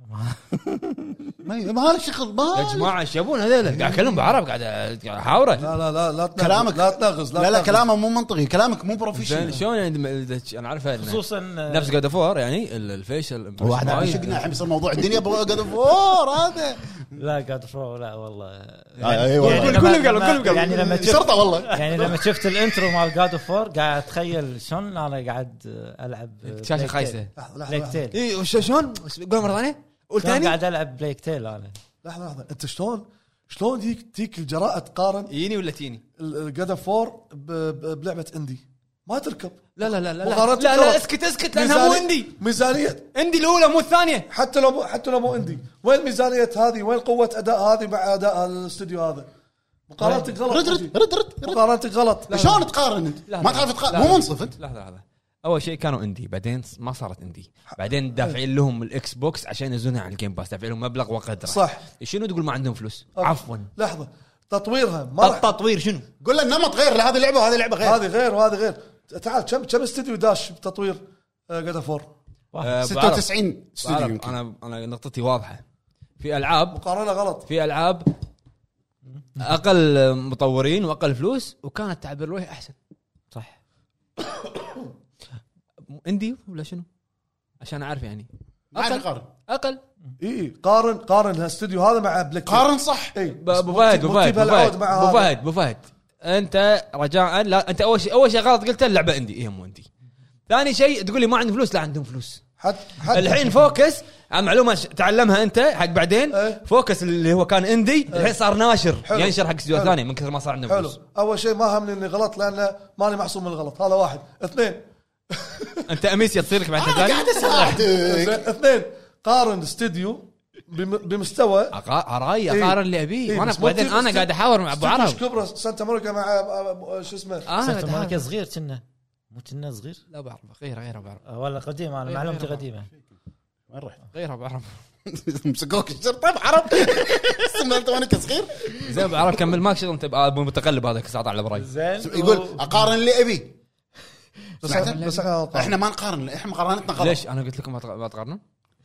ما ما له شغل ما يا جماعه ايش يبون هذول؟ قاعد اكلم بعرب قاعد قاعد احاوره. لا لا لا لا تنغز كلامك لا تنغز لا لا تنغز. كلامه مو منطقي، كلامك مو زين بروفيشنال. شلون يعني إذا- انا عارفه إنه خصوصا آه، نفس جاد فور يعني ال- الفيشل واحد عم يشقنا الحين بيصير موضوع الدنيا بجود اوف وور هذا. لا جاد فور لا والله. اي والله يعني كلهم لما- قالوا- لما- كلهم قالوا. يعني لما شفت شرطه والله. يعني لما شفت الانترو مال جاد اوف فور قاعد اتخيل شلون انا قاعد العب شاشه بلاك خايسه. تيل. لحظه لحظه بلاك لحظه تيل اي وش- شلون قول مره ثانيه قول شلون ثاني. قاعد العب بلاك تيل انا. لحظه لحظه انت شلون شلون ديك تيك الجراءه تقارن يجيني ولا تيني؟ جاد فور بلعبه اندي ما تركب. لا لا لا لا مقارنة لا, لا ترى. اسكت اسكت لانها مو ميزانية- عندي. ميزانيه عندي الاولى مو الثانيه. حتى لو مو حتى لو مو عندي، وين ميزانيه هذه؟ وين قوه اداء هذه مع اداء الاستوديو هذا؟ مقارنتك غلط. رد رد رد رد مقارنتك غلط. شلون تقارن انت؟ لا، ما لا، تعرف لا، تقارن، لا. مو منصف انت. لحظه لحظه. اول شيء كانوا اندي بعدين ما صارت اندي بعدين دافعين لهم الاكس بوكس عشان ينزلونها على الجيم باس دافعين لهم مبلغ وقدره. صح. شنو تقول ما عندهم فلوس؟ أه. عفوا لحظه تطويرها ما راح التطوير شنو؟ قول له النمط غير، هذه لعبه وهذه لعبه غير. هذه غير وهذه غير. تعال كم كم استوديو داش بتطوير جاد فور؟ آه، ستة بعرف- وتسعين استوديو بعرف. يمكن. انا انا نقطتي واضحه. في العاب مقارنه غلط. في العاب اقل مطورين واقل فلوس وكانت تعبير الوجه احسن. صح. اندي ولا شنو؟ عشان اعرف يعني ما عاد اقل يقارن. اقل. اي قارن قارن الاستوديو هذا مع بلاك قارن صح. اي ب- ابو فهد ابو فهد ابو فهد مع ابو هذا. فهد ابو فهد انت رجاء لا انت اول شيء اول شيء غلط قلت اللعبه عندي هي مو عندي. ثاني شيء تقول لي ما عندي فلوس، لا عندهم فلوس. حد حد الحين فوكس عن معلومه ش- تعلمها انت حق بعدين. ايه. فوكس اللي هو كان اندي الحين صار ناشر حلو. ينشر حق استديو حلو. ثاني من كثر ما صار عنده حلو. فلوس. اول شيء ما همني اني غلط لان ماني معصوم من الغلط، هذا واحد. اثنين انت اميسيا تصير لك بعد انا ثاني قاعد اساعدك. زين، اثنين قارن استوديو بم- بمستوى اراي إيه. اقارن اللي ابيه إيه، وانا بس مو بعدين تجيب انا استوديو- قاعد احاور مع ابو عرب. استوديو كبرى سانتا مونيكا مع آه، شو اسمه انا قاعد سانتا مونيكا أحاور. صغير كنا مو كنا صغير لا بعرف غير غير ابو عرب آه، ولا قديم انا غير- معلومتي غير. قديمه. وين رحت؟ غير ابو عرب. مسكوك الشرطه بعرب. سمعت وانا صغير زين ابو عرب كمل ماك شغل انت ابو متقلب هذا ساعه على براي. زين يقول اقارن اللي ابي. بس سمعت؟ بس احنا غلطان. احنا ما نقارن، احنا مقارنتنا غلط. ليش انا قلت لكم ما تق- ما تقارنون؟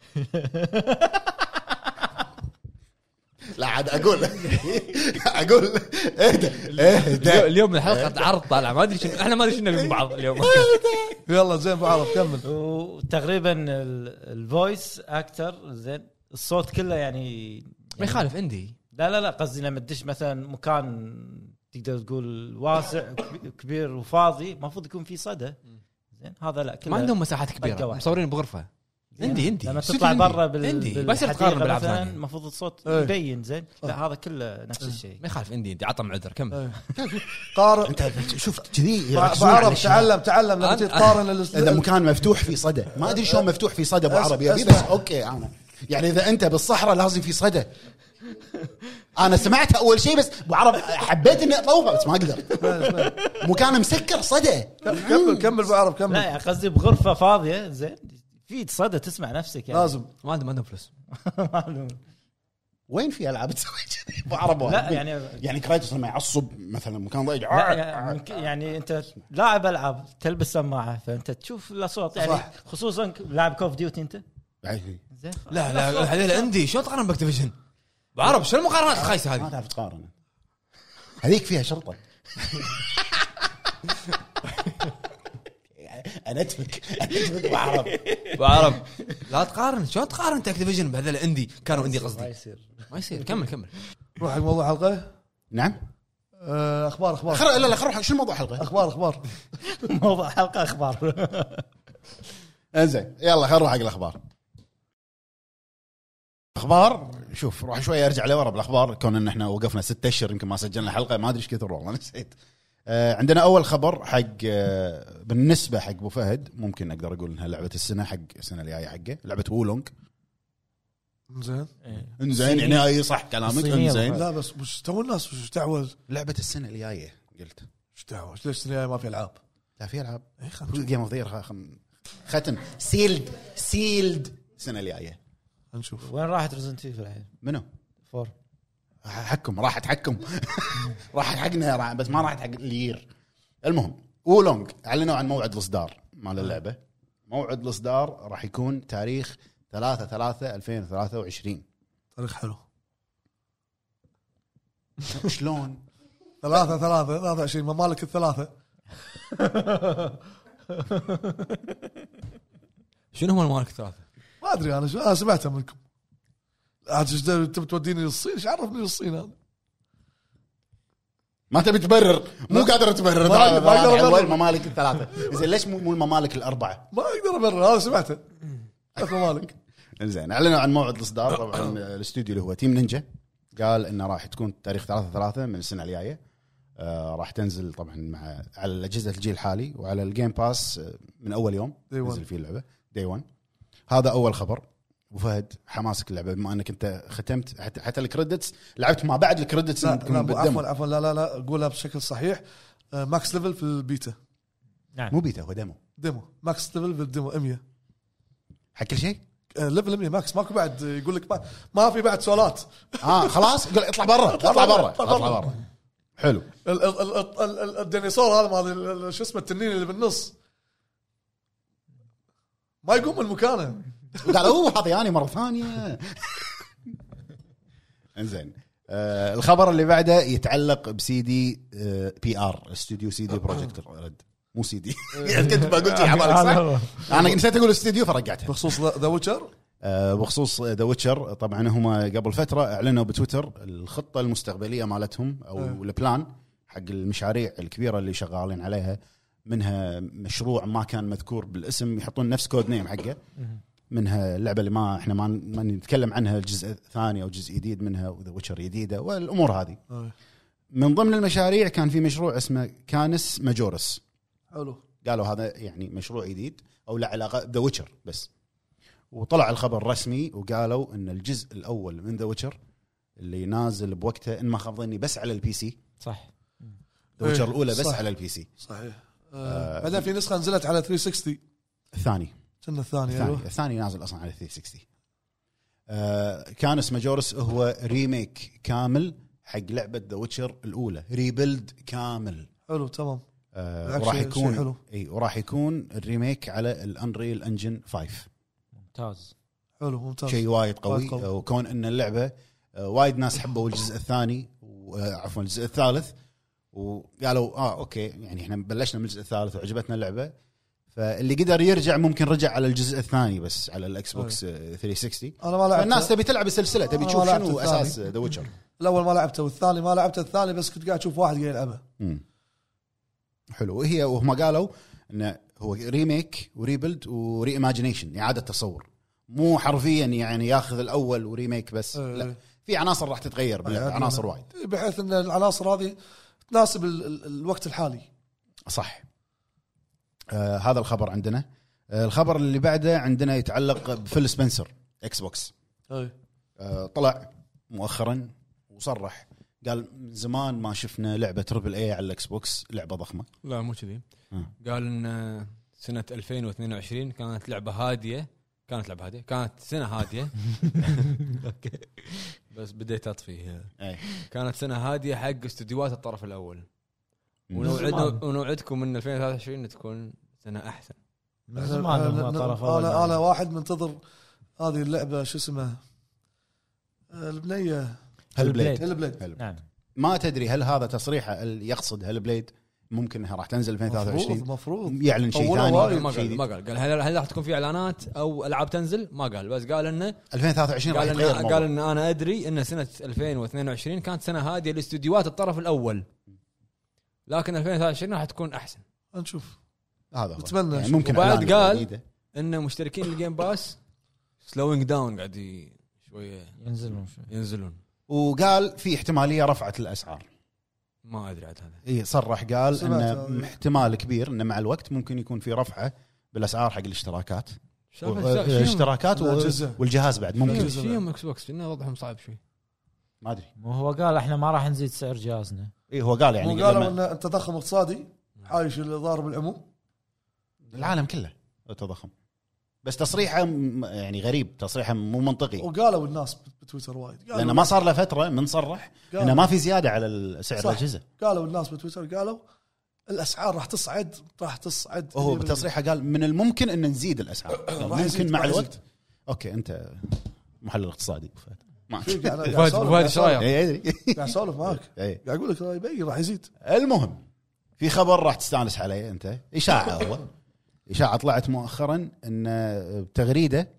لا عاد اقول اقول اهدى اليوم- اهدى. اليوم الحلقه عرض طالع ما ادري شنو احنا ما ادري شنو نبي من بعض اليوم. يلا زين ابو عرب كمل. وتقريبا ال- الفويس اكتر زين الصوت كله يعني ما يخالف عندي. لا لا لا قصدي لما تدش مثلا مكان تقدر تقول واسع وكبير وفاضي المفروض يكون في صدى زين هذا لا كله ما عندهم مساحات طقة كبيره، واحدة. مصورين بغرفه. اندي اندي لما استوديو تطلع اندي. برا بال اندي. بس بالحديقة تقارن بالعاب مثلاً، ثانيه المفروض الصوت إيه. يبين زين. لا هذا كله نفس الشيء. ما يخالف. اندي اندي عطم عذر كمل. إيه. قارن انت شوف كذي بعرب تعلم تعلم لما أنا- تيجي تقارن ال- اذا مكان مفتوح في صدى ما ادري شلون مفتوح في صدى ابو أسمع- عربي أبي أسمع. بس اوكي انا يعني اذا انت بالصحراء لازم في صدى. انا سمعتها اول شيء بس ابو عرب حبيت اني اطوفها بس ما اقدر. مكان مسكر صدى. كمل كمل بعرب لا كمل يعني قصدي بغرفه فاضيه زين في صدى تسمع نفسك يعني. لازم ما عندهم ما عندهم فلوس. وين في العاب تسوي كذي ابو عرب؟ لا يعني يعني كرايتوس لما يعصب مثلا مكان ضيق لا يعني, يعني انت لاعب العاب تلبس سماعه فانت تشوف الاصوات يعني صح. خصوصا لاعب كوف ديوتي انت زين لا لا هذول اندي شو تقارن باكتيفيجن؟ بعرب شو المقارنات الخايسه ما هذه؟ تعرف تقارن. هذيك فيها شرطه. انا اتفك اتفك ابو عرب. بعرب لا تقارن. شو تقارن انت اكتيفيجن بهذول اندي؟ كانوا اندي ما قصدي. يصير ما يصير. كمل كمل. روح حق موضوع الحلقه. نعم. آه، اخبار اخبار خر... لا لا خروح شو الموضوع حلقه؟ اخبار اخبار موضوع حلقه اخبار. انزين يلا خلينا نروح حق الاخبار. اخبار شوف راح شويه ارجع لورا بالاخبار كون ان احنا وقفنا ستة اشهر يمكن ما سجلنا حلقه ما ادري ايش كثر والله نسيت. آه عندنا اول خبر حق آه بالنسبه حق ابو فهد ممكن اقدر اقول انها لعبه السنه حق السنه الجايه حقه لعبه وولونج. زين انزين يعني اي صح كلامك الصينية انزين لا بس وش تو الناس وش دعوه لعبه السنه الجايه قلت وش دعوه ليش السنه ما في العاب؟ لا في العاب اي خلنا جيم اوف ذا ختم سيلد سيلد السنه الجايه. نشوف. وين راحت ريزنت ايفل الحين؟ منو فور حكم راحت حكم راحت حقنا راح بس ما راحت حق اليير. المهم وولونج اعلنوا عن موعد الاصدار مال اللعبه. موعد الاصدار راح يكون تاريخ ثلاثة ثلاثة ألفين وثلاثة وعشرين. تاريخ حلو. شلون ثلاثة ثلاثة ثلاثة وعشرين ممالك الثلاثة. شنو هم المالك الثلاثه؟ ما ادري انا شو انا سمعتها منكم. عاد ايش تبي توديني للصين؟ ايش عرفني للصين هذا؟ ما تبي تبرر مو قادر تبرر. ما أقدر- ما أقدر أبرر. الممالك الثلاثة زين ليش مو مو الممالك الأربعة؟ ما اقدر ابرر هذا سمعته. ثلاث ممالك. زين اعلنوا عن موعد الاصدار. طبعا الاستوديو اللي هو تيم نينجا قال انه راح تكون تاريخ ثلاثة ثلاثة من السنه الجايه. آه راح تنزل طبعا مع على اجهزه الجيل الحالي وعلى الجيم باس من اول يوم تنزل فيه اللعبه داي واحد. هذا اول خبر. ابو فهد حماسك اللعبه بما انك انت ختمت حتى حتى الكريدتس لعبت ما بعد الكريدتس لا لا عفوا عفوا لا لا لا قولها بشكل صحيح. آه، ماكس ليفل في البيتا. نعم مو بيتا هو ديمو ديمو ماكس ليفل في الديمو مية. حق كل شيء. آه، ليفل مية ماكس ماكو بعد. يقول لك ما, ما في بعد سؤالات. اه خلاص قول اطلع برا اطلع برا اطلع برا. حلو. ال- ال- ال- ال- ال- الديناصور هذا مال ال- شو اسمه التنين اللي بالنص ما يقوم من مكانه. قال اوه هذا يعني مره ثانيه. انزين آه الخبر اللي بعده يتعلق بسي دي آه بي ار استوديو سي دي بروجكت رد مو سي دي. كنت بقول شيء عبالك صح انا نسيت اقول استوديو فرجعتها. بخصوص ذا ويتشر. آه بخصوص ذا ويتشر طبعا هم قبل فتره اعلنوا بتويتر الخطه المستقبليه مالتهم او البلان حق المشاريع الكبيره اللي شغالين عليها. منها مشروع ما كان مذكور بالاسم يحطون نفس كود نيم حقه. منها اللعبه اللي ما احنا ما ما نتكلم عنها الجزء الثاني او جزء جديد منها وذا ويتشر جديده والامور هذه. من ضمن المشاريع كان في مشروع اسمه كانس ماجورس. حلو. قالوا هذا يعني مشروع جديد او له علاقه بذا ويتشر بس. وطلع الخبر رسمي وقالوا ان الجزء الاول من ذا ويتشر اللي نازل بوقته ان ما خاب ظني بس على البي سي. صح ذا ويتشر إيه، الاولى بس صح. على البي سي. صحيح. آه بعدين في نسخه نزلت على ثلاثمية وستين. الثاني كنا الثاني الثاني, ايوه. الثاني نازل اصلا على ثلاثمية وستين. آه كانس ماجورس هو ريميك كامل حق لعبه ذا ويتشر الاولى ريبيلد كامل. حلو تمام. آه وراح يكون اي وراح يكون الريميك على الانريل انجن خمسة. ممتاز. حلو ممتاز. شيء وايد قوي, وايد قوي. وكون ان اللعبه وايد ناس حبوا الجزء الثاني وعفوا الجزء الثالث وقالوا اه اوكي يعني احنا بلشنا من الجزء الثالث وعجبتنا اللعبه فاللي قدر يرجع ممكن رجع على الجزء الثاني بس على الاكس بوكس ثلاثمية وستين. انا ما لعبت. الناس تبي تلعب السلسله تبي تشوف شنو اساس ذا ويتشر. الاول ما لعبته والثاني ما لعبته الثاني بس كنت قاعد اشوف واحد قاعد يلعبه. حلو. وهي وهم قالوا انه هو ريميك وريبلد وري ايماجينيشن، اعاده تصور، مو حرفيا يعني ياخذ الاول وريميك بس. أه. لا، في عناصر راح تتغير باللعبة، عناصر وايد، بحيث ان العناصر هذه تناسب ال- ال- الوقت الحالي. صح. آه هذا الخبر عندنا. آه الخبر اللي بعده عندنا يتعلق بفيل سبنسر اكس بوكس. أي. آه طلع مؤخرا وصرح قال من زمان ما شفنا لعبه تربل اي على الاكس بوكس، لعبه ضخمه. لا مو كذي. آه. قال ان سنه ألفين واثنين وعشرين كانت لعبه هاديه، كانت لعبه هاديه، كانت سنه هاديه. اوكي بس بديت اطفي. أي. كانت سنه هاديه حق استديوهات الطرف الاول، من ونوعدنا ونوعدكم ان ألفين وثلاثة وعشرين تكون سنه احسن. من زمان هم طرف أول انا يعني. انا واحد منتظر هذه اللعبه، شو اسمها آه، البنيه هل بليد. هيل بليد. هل. نعم. ما تدري هل هذا تصريحه يقصد هل بليد ممكن انها راح تنزل ألفين وثلاثة وعشرين، المفروض يعلن شيء أولاً ثاني. وايد. ما شيء قال ما قال قال هل هل راح تكون في اعلانات او العاب تنزل؟ ما قال، بس قال انه ألفين وثلاثة وعشرين راح قال يتغير إن الموضوع. قال ان انا ادري ان سنه ألفين واثنين وعشرين كانت سنه هاديه لاستديوهات الطرف الاول، لكن ألفين وثلاثة وعشرين راح تكون احسن. نشوف. هذا هو. نتمنى يعني نشوف. ممكن وبعد إعلان قال جديدة. ان مشتركين الجيم باس سلوينج داون، قاعد ي- شويه ينزلون شوي. ينزلون. وقال في احتماليه رفعت الاسعار. ما ادري عاد هذا. اي صرح قال سمعت انه هذا. احتمال كبير انه مع الوقت ممكن يكون في رفعه بالاسعار حق الاشتراكات، الاشتراكات الأجهزة. والجهاز بعد ممكن. ممكن. شيء اكس بوكس انه وضعهم صعب شوي. ما ادري. مو هو قال احنا ما راح نزيد سعر جهازنا. اي هو قال يعني مو قالوا لما- ان التضخم اقتصادي حايش الضارب العموم. العالم كله التضخم، بس تصريحه م- يعني غريب، تصريحه مو منطقي، وقالوا الناس بتويتر وايد، قالوا لانه ما صار له فتره من صرح قالوا- انه ما في زياده على سعر صح. الاجهزه. قالوا الناس بتويتر، قالوا الاسعار راح تصعد راح تصعد. وهو بتصريحه قال من الممكن ان نزيد الاسعار، راح يزيد، ممكن مع راح يزيد. الوقت. اوكي انت محلل اقتصادي فهد. ما في قاعد- قاعد فهد- أسولف- فهد قاعد ايش أسولف- رايك؟ اي ادري. قاعد اسولف معاك، إي. قاعد اقول لك يبين راح يزيد. المهم في خبر راح تستانس عليه انت، اشاعه هو اشاعه طلعت مؤخرا ان بتغريده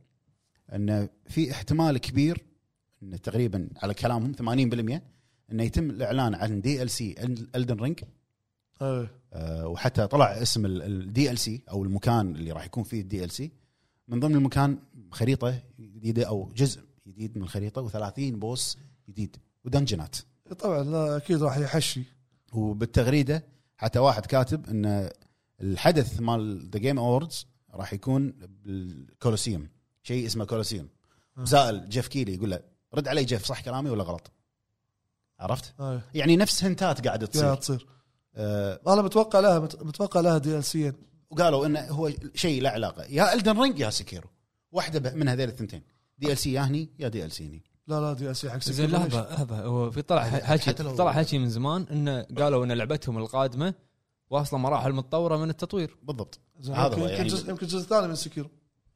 ان في احتمال كبير ان تقريبا على كلامهم ثمانين بالمئة انه يتم الاعلان عن دي ال سي الدن رينج. إيه. وحتى طلع اسم الدي ال سي او المكان اللي راح يكون فيه الدي ال سي، من ضمن المكان خريطه جديده او جزء جديد من الخريطه وثلاثين بوس جديد ودنجنات. طبعا لا، اكيد راح يحشي. وبالتغريده حتى واحد كاتب ان الحدث مال ذا جيم اووردز راح يكون بالكولوسيوم، شيء اسمه كولوسيوم. سائل جيف كيلي يقول له رد علي جيف، صح كلامي ولا غلط؟ عرفت؟ إيه. يعني نفس هنتات قاعده يا تصير. تصير. آه انا متوقع لها مت- متوقع لها دي ال سي. وقالوا انه هو شيء له علاقه يا الدن رينج يا سكيرو، واحده من هذول الثنتين، دي ال سي يا هني يا دي ال سي هني. لا لا دي ال سي حق زين سكيورتي. لحظه لحظه، هو في طلع حكي حتى لو- طلع حكي من زمان انه قالوا ان لعبتهم القادمه واصله مراحل متطوره من التطوير. بالضبط. زين، هذا يمكن هو يمكن يعني. جزء يمكن جزء ثاني من سكيرو.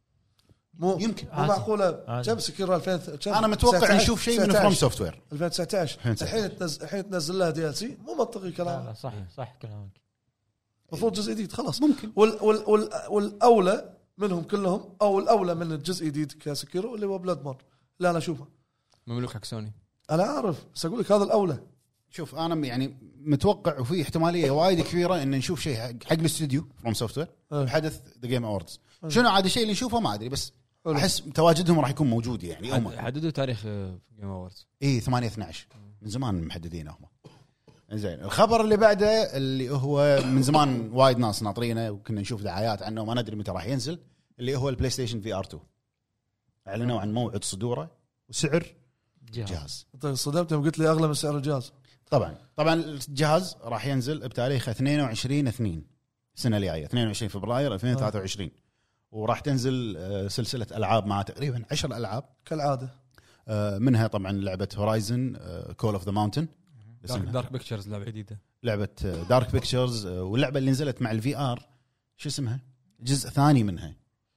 مو يمكن. مو معقوله. عادي. كم سكيرو ألفين؟ كم؟ انا متوقع تسعة عشر نشوف شيء من فروم سوفت وير. ألفين وتسعة عشر. ألفين وتسعة عشر. الحين تنزل الحين تنزل لها دي ال سي، مو منطقي لا كلام. لا صح صح كلامك. المفروض جزء جديد خلاص. ممكن. وال وال وال والاولى منهم كلهم، او الاولى من الجزء الجديد كسكيرو اللي هو بلاد مون اللي انا اشوفه. مملوك حق سوني. انا عارف بس اقول لك هذا الاولى. شوف انا يعني متوقع وفي احتماليه وايد كبيره ان نشوف شيء حق حق الاستوديو فروم سوفت وير أه. بحدث ذا جيم اووردز. شنو عاد الشيء اللي نشوفه ما ادري، بس حلو. احس تواجدهم راح يكون موجود يعني. هم حد- حددوا تاريخ جيم اووردز. اي ثمانية اثناشر من زمان محددينه هم. زين الخبر اللي بعده اللي هو من زمان وايد ناس ناطرينه وكنا نشوف دعايات عنه وما ندري متى راح ينزل، اللي هو البلاي ستيشن في ار تو. اعلنوا عن موعد صدوره وسعر جهاز. جهاز. طيب صدمت يوم قلت لي اغلى من سعر الجهاز. طبعا طبعا الجهاز راح ينزل بتاريخ اثنين وعشرين اثنين السنه الجايه اثنين وعشرين فبراير ألفين وثلاثة وعشرين. وراح تنزل آه، سلسله العاب مع تقريبا عشر العاب، كالعاده. آه، منها طبعا لعبه هورايزن كول اوف ذا ماونتن، دارك بيكتشرز لعبه جديده. لعبه دارك بيكتشرز، واللعبه اللي نزلت مع الفي ار شو اسمها، جزء ثاني منها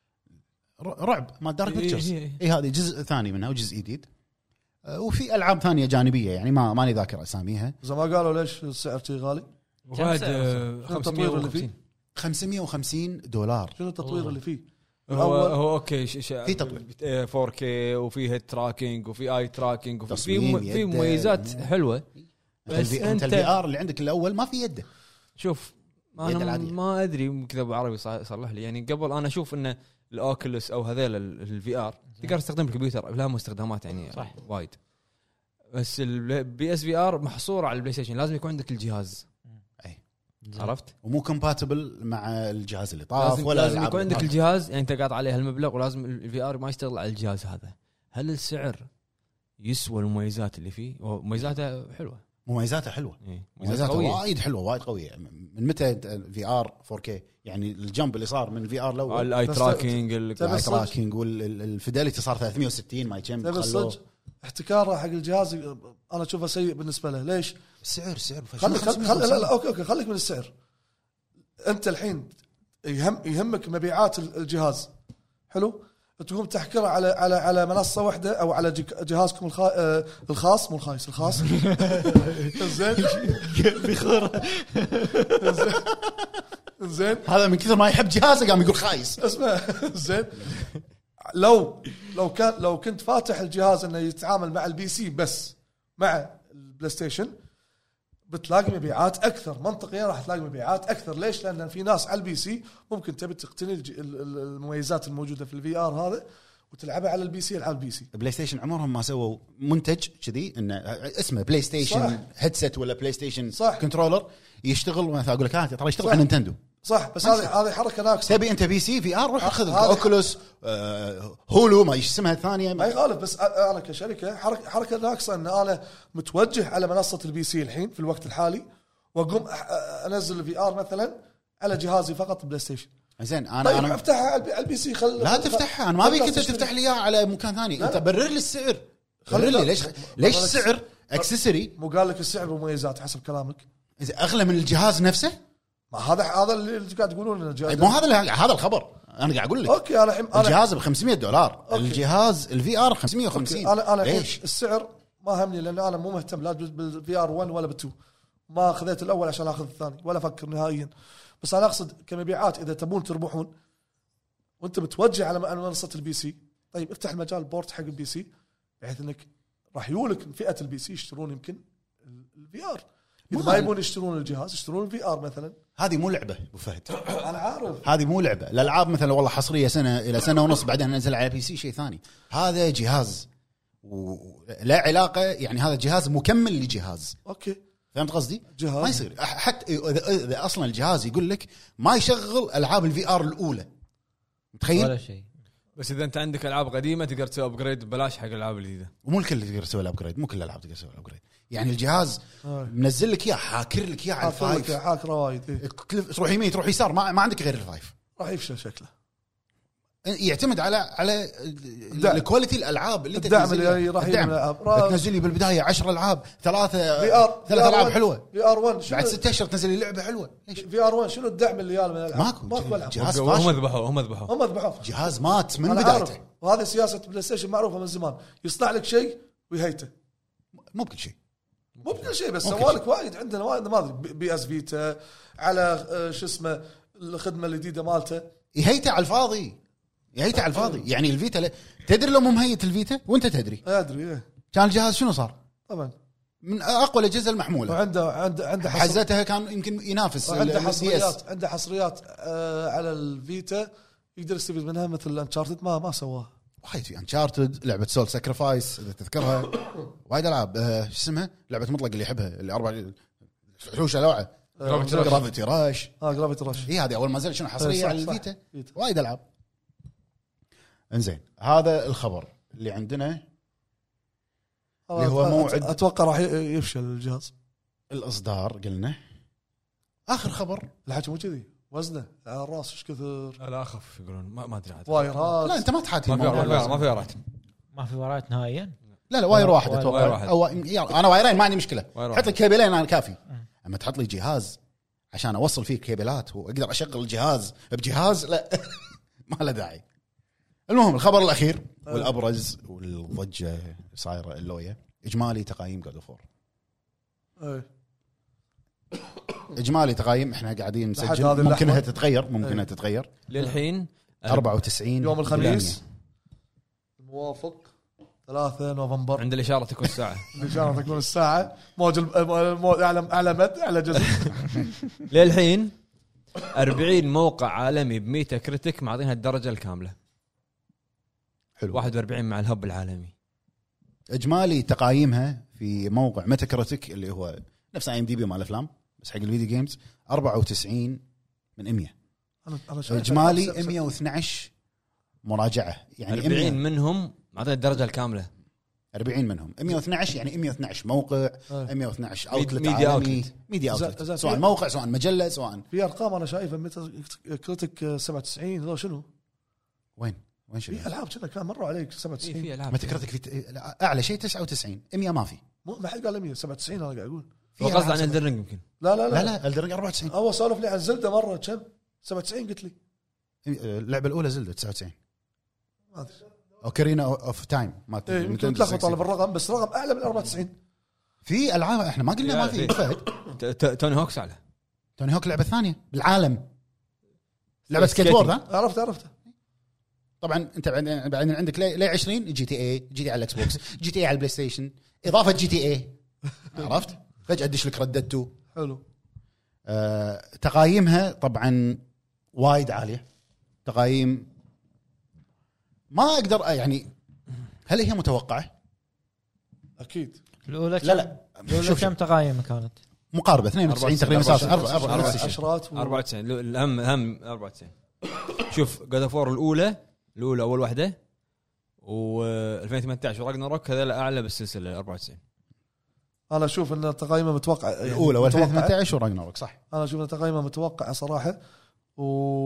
ر- رعب ما دارك إيه بيكتشرز. إيه إيه. اي هذه جزء ثاني منها وجزء جديد. آه، وفي العاب ثانيه جانبيه يعني ما ماني ذاكر اساميها. زي ما قالوا ليش السعر شي غالي؟ وفهد سعر آه، شنو التطوير اللي فيه؟ خمسمية وخمسين. خمسمية وخمسين دولار. شنو التطوير أوه. اللي فيه؟ هو الأول- هو اوكي ش- ش- في تطوير. آه، فور كي وفي هيد تراكنج وفي اي تراكنج وفي في تصميم م- في يده. مميزات حلوه. بس بس انت أنت- الفي ار اللي عندك الاول ما في يده. شوف ما اليد أنا العادية. ما ادري كذا ابو عربي صح- صلح لي يعني. قبل انا اشوف انه الاوكلس او هذيل الفي ار تقدر تستخدم الكمبيوتر لها مستخدمات يعني صح. وايد. بس البي اس في ار محصوره على البلاي ستيشن، لازم يكون عندك الجهاز. أي. عرفت؟ ومو كومباتبل مع الجهاز اللي طاف لازم, ولا لازم ألعاب يكون عندك اللي الجهاز يعني انت قاعد عليه هالمبلغ، ولازم الفي ار ما يشتغل على الجهاز هذا. هل السعر يسوى المميزات اللي فيه؟ ومميزاته حلوه. مميزاته حلوه، إيه. مميزاته قوية. وايد حلوه وايد قويه. من متى في ار فور كي يعني الجمب اللي صار من في ار الاول، الاي بس تراكنج تبي ال- تبي الاي الصدق؟ تراكنج والفيداليتي صار ثلاثمية وستين ما يجمب تبي خلوه. الصدق احتكاره حق الجهاز انا اشوفه سيء بالنسبه له. ليش؟ السعر سعر خليك خل... خل... لا لا اوكي اوكي خليك من السعر. انت الحين يهم يهمك مبيعات الجهاز، حلو، تقوم تحكره على على على منصه واحده او على جك- جهازكم الخا... آه، الخاص مو الخايس الخاص. زين بخوره زين هذا من كثر ما يحب جهازه قام يقول خايس. اسمع زين. لو لو كان لو كنت فاتح الجهاز انه يتعامل مع البي سي بس مع البلاي ستيشن بتلاقي مبيعات اكثر. منطقيا راح تلاقي مبيعات اكثر. ليش؟ لان في ناس على البي سي ممكن تبي تقتني الج- ال- ال- المميزات الموجوده في الفي ار هذا وتلعبها على البي سي. على البي سي بلاي ستيشن عمرهم ما سووا منتج كذي انه اسمه بلاي صح. ستيشن هيدسет ولا بلاي ستيشن صح. كنترولر يشتغل. مثلا اقول لك ها ترى يشتغل صح. على نينتندو. صح. بس هذه هذه حركه ناقصه. تبي انت بي سي في ار روح خذ هذا- اوكولوس آه، هولو ما ايش اسمها الثانيه. ما يخالف. بس انا كشركه حركه حركه ناقصه ان انا متوجه على منصه البي سي الحين في الوقت الحالي واقوم أح- انزل الفي ار مثلا على جهازي فقط بلاي ستيشن. زين انا طيب انا افتحها على البي- على البي سي. خل لا خل- تفتحها. انا ما خل- ابيك خل انت تشتري. تفتح لي اياه على مكان ثاني. لا انت لا. برر لي السعر. خل- برر لا. لي ليش ما- ليش ما- السعر اكسسوري مو قال لك السعر ومميزات حسب كلامك؟ اغلى من الجهاز نفسه؟ ما هذا هذا اللي قاعد تقولون انه طيب مو هذا اللي- هذا الخبر انا قاعد اقول لك. اوكي. انا الحين انا الجهاز ب خمسمية دولار، أوكي. الجهاز الفي ار خمسمية وخمسين. أوكي. انا انا الحين ليش؟ السعر ما همني لان انا مو مهتم لا بالفي ار واحد ولا بالتو. ما اخذت الاول عشان اخذ الثاني ولا افكر نهائيا. بس انا اقصد كمبيعات اذا تبون تربحون وانت متوجه على منصه البي سي، طيب افتح المجال بورت حق البي سي بحيث انك راح يولك فئه البي سي يشترون يمكن الفي ار. اذا مو ما هذا. يبون يشترون الجهاز يشترون الفي ار مثلا. هذه مو لعبه ابو فهد. انا عارف. هذه مو لعبه. الالعاب مثلا والله حصريه سنه الى سنه ونص بعدين ننزل على بي سي شيء ثاني. هذا جهاز ولا علاقه يعني. هذا جهاز مكمل لجهاز. اوكي. فهمت قصدي؟ جهاز. ما يصير حتى اذا إذا اصلا الجهاز يقول لك ما يشغل العاب الفي ار الاولى. متخيل؟ ولا شيء. بس اذا انت عندك العاب قديمه تقدر تسوي ابجريد ببلاش حق الالعاب الجديده. ومو الكل تقدر تسوي الابجريد. مو كل الالعاب تقدر تسوي الابجريد. يعني الجهاز آه. منزل لك اياه حاكر لك اياه على حاكر لك الفايف. حاكر وايد. إيه. كل- تروح يمين تروح يسار ما, ما عندك غير الفايف. راح يفشل شكله. يعتمد على على الدعم. الكواليتي الالعاب اللي انت الدعم تنزلها. اللي راح يجي الدعم. من الألعاب. راح- تنزل لي بالبدايه عشرة العاب ثلاثه في ار ثلاث العاب حلوه. في ار واحد بعد ستة اشهر تنزل لي لعبه حلوه. ليش؟ في ار واحد شنو الدعم اللي ياله من الالعاب؟ ماكو. ماكو العاب. جهاز هم فاشل. ذبحوه هم ذبحوه هم ذبحوه. جهاز مات من انا عارف. بدايته. وهذه سياسه بلاي ستيشن معروفه من زمان. يصنع لك شيء ويهيته. مو بكل شيء. مو بكل شيء بس مو بكل سوالك وايد. عندنا وايد نماذج بي- بي اس فيتا على آه، شو اسمه الخدمه الجديده مالته. يهيته على الفاضي. يهيته على الفاضي. يعني الفيتا ل... تدري لو مو مهيت الفيتا وانت تدري ادري ايه كان الجهاز شنو صار؟ طبعا. من اقوى الاجهزه المحموله. وعنده عنده عنده حصر- حزتها كان يمكن ينافس عنده ال- ال- حصريات عنده حصريات آه، على الفيتا يقدر يستفيد منها مثل انشارتد ما ما سواها. وايد في انشارتد، لعبه سول ساكرفايس اذا تذكرها. وايد العاب. آه، شو اسمها؟ لعبه مطلق اللي يحبها اللي اربع حوشه لوعه. جرافيتي راش. اه جرافيتي راش. هي هذه اول ما نزل شنو حصريه صح، على صح. الفيتا. فيتا. وايد العاب. انزين هذا الخبر اللي عندنا اللي هو موعد اتوقع راح يفشل الجهاز. الاصدار. قلنا اخر خبر. الحكي مو كذي وزنه على الراس ايش كثر لا اخف يقولون ما ما ادري عاد. وايرات. لا انت ما تحاتي ما في الموضوع. ما في ما في ورات. ما في ورات نهائيا. لا لا واير واحد واير اتوقع. واحد. أو يلا انا وايرين ما عندي مشكله. واير حط واحد. لي كيبلين انا كافي. اما تحط لي جهاز عشان اوصل فيه كيبلات واقدر اشغل الجهاز بجهاز لا ما له داعي. المهم الخبر الاخير والابرز والضجه صايره اللويه. اجمالي تقايم جود اوف وور. إيه. اجمالي تقايم احنا قاعدين لحد نسجل هذه ممكن اللحظة. انها تتغير ممكن إيه. انها تتغير. للحين أربعة وتسعين يوم الخميس الموافق ثلاثة نوفمبر عند الاشاره تكون الساعه. ان شاء الله تكون الساعه موج الم- اعلى اعلى مد على جزء. للحين أربعين موقع عالمي بميتا كريتيك معطينها الدرجه الكامله. حلو. واحد وأربعين مع الهب العالمي. اجمالي تقايمها في موقع ميتا كريتيك اللي هو نفس اي ام دي بي مال الافلام بس حق الفيديو جيمز أربعة وتسعين من مية. انا انا شايف اجمالي مية واثناشر مراجعه يعني أربعين مية منهم معطينا الدرجه الكامله. أربعين منهم مية واثناشر يعني مية واثناشر موقع آه. مية واثناشر ميد- اوتلت ميديا عالمي أوتلت. ميديا إذا- اوتلت إذا سواء في- موقع سواء مجله سواء في ارقام انا شايفها ميتا كريتيك سبعة وتسعين هذا شنو؟ وين وين شنو في العاب كذا كان مروا عليك في سبعة وتسعين في العاب ميتا كريتيك في ت- اعلى شيء تسعة وتسعين مية ما في مو ما حد قال لي مية سبعة وتسعين انا قاعد اقول في هو قصد ألعاب عن الدرينج يمكن. لا لا لا لا, لا الدرجه أربعة وتسعين هو سولف لي عن زلده مره كم سبعة وتسعين قلت لي اللعبه الاولى زلده تسعة وتسعين ما ادري اوكارينا اوف تايم ما ايه يمكن تلخبط على بالرقم بس رقم اعلى من أربعة وتسعين. في العاب احنا ما قلنا ما في في. فهد ت- ت- توني هوكس على توني هوك لعبه ثانيه بالعالم لعبه سكيتنج. سكيت بورد ها عرفت عرفت طبعا انت بعدين بعدين عندك لي لي عشرين جي تي اي جي تي على الاكس بوكس جي تي اي على البلاي ستيشن اضافه جي تي اي عرفت فجاه تدش لك رددتو حلو. أه تقايمها طبعا وايد عاليه تقايم ما اقدر يعني هل هي متوقعه اكيد الاولى لا لا الاولى شوف كم شوف تقايم كانت؟ مقاربه اثنين وتسعين تقريبا صار أربعة وتسعين. نفس الشيء. عشرات و... أربعة وتسعين. لو- الاهم اهم أربعة وتسعين. شوف جاد اوف وور الاولى الاولى اول واحده و2018 وراجنا روك هذول اعلى بالسلسله أربعة وتسعين. انا اشوف ان تقييمه متوقع يعني الاولى متوقعة. و2018 وراجناروك صح انا اشوف ان تقييمه متوقع صراحه و...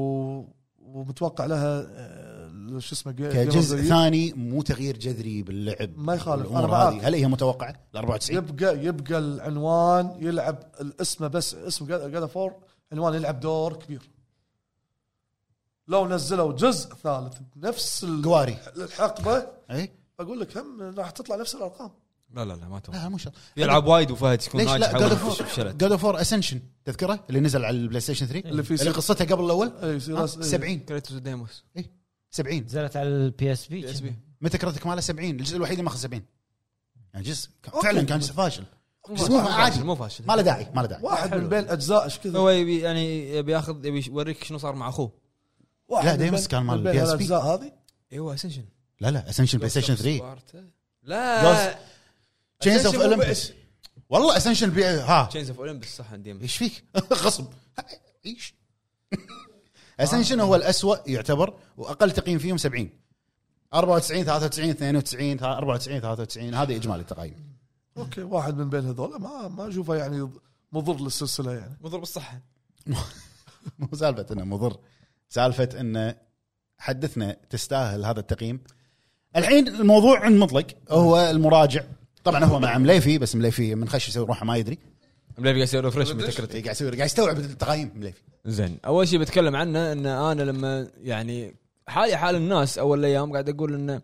ومتوقع لها آه، شو اسمه جي- كجزء جيمر ثاني مو تغيير جذري باللعب ما يخالف. والأمور أنا معاك. هذه. هل هي متوقعه ال أربعة وتسعين يبقى يبقى العنوان يلعب الاسم بس اسم جاد فور عنوان يلعب دور كبير. لو نزلوا جزء ثالث بنفس ال- قواري الحقبه اي اقول لك هم راح تطلع نفس الارقام. لا لا لا ما توقع. لا مو شرط يلعب وايد وفهد تكون ليش لا ناجحه جاد وفشلت. جاد اوف وور اسنشن تذكره اللي نزل على البلاي ستيشن ثري اللي في اللي قصتها قبل الاول اي يصير آه، ناس- إيه. سبعين كريتوس وديموس سبعين نزلت على البي اس بي اس بي. بي. متى كرتك ماله سبعين الجزء الوحيد اللي ماخذ سبعين يعني جزء أوكي. فعلا كان جزء فاشل مو بس مو فاشل عادي. مو فاشل. ما له داعي ما له داعي واحد حلو. من بين اجزاء ايش كذا. هو يبي يعني يبي ياخذ يبي يوريك شنو صار مع اخوه. واحد لا، من ديموس بين- كان مال من بين بي إس بي. الاجزاء هذه ايوه اسنشن. لا لا اسنشن بلاي ستيشن ثري لا تشينز اوف Ascension مو اولمبس والله اسنشن بي ها تشينز اوف اولمبس صح عندي. ايش فيك غصب ايش اسنشن هو الأسوأ يعتبر واقل تقييم فيهم سبعين أربعة وتسعين ثلاثة وتسعين اثنين وتسعين أربعة وتسعين ثلاثة وتسعين هذه اجمالي التقييم اوكي واحد من بين هذول ما ما اشوفه يعني مضر للسلسله يعني. مضرب الصحه. مو سالفه انه مضر سالفه انه حدثنا تستاهل هذا التقييم الحين الموضوع عند مطلق هو المراجع طبعا هو مع مليفي بس مليفي من خش يسوي روحه ما يدري مليفي قاعد يسوي ريفرش متكرت. قاعد يسوي قاعد يستوعب التقييم مليفي زين اول شيء بتكلم عنه ان انا لما يعني حالي حال الناس اول ايام قاعد اقول انه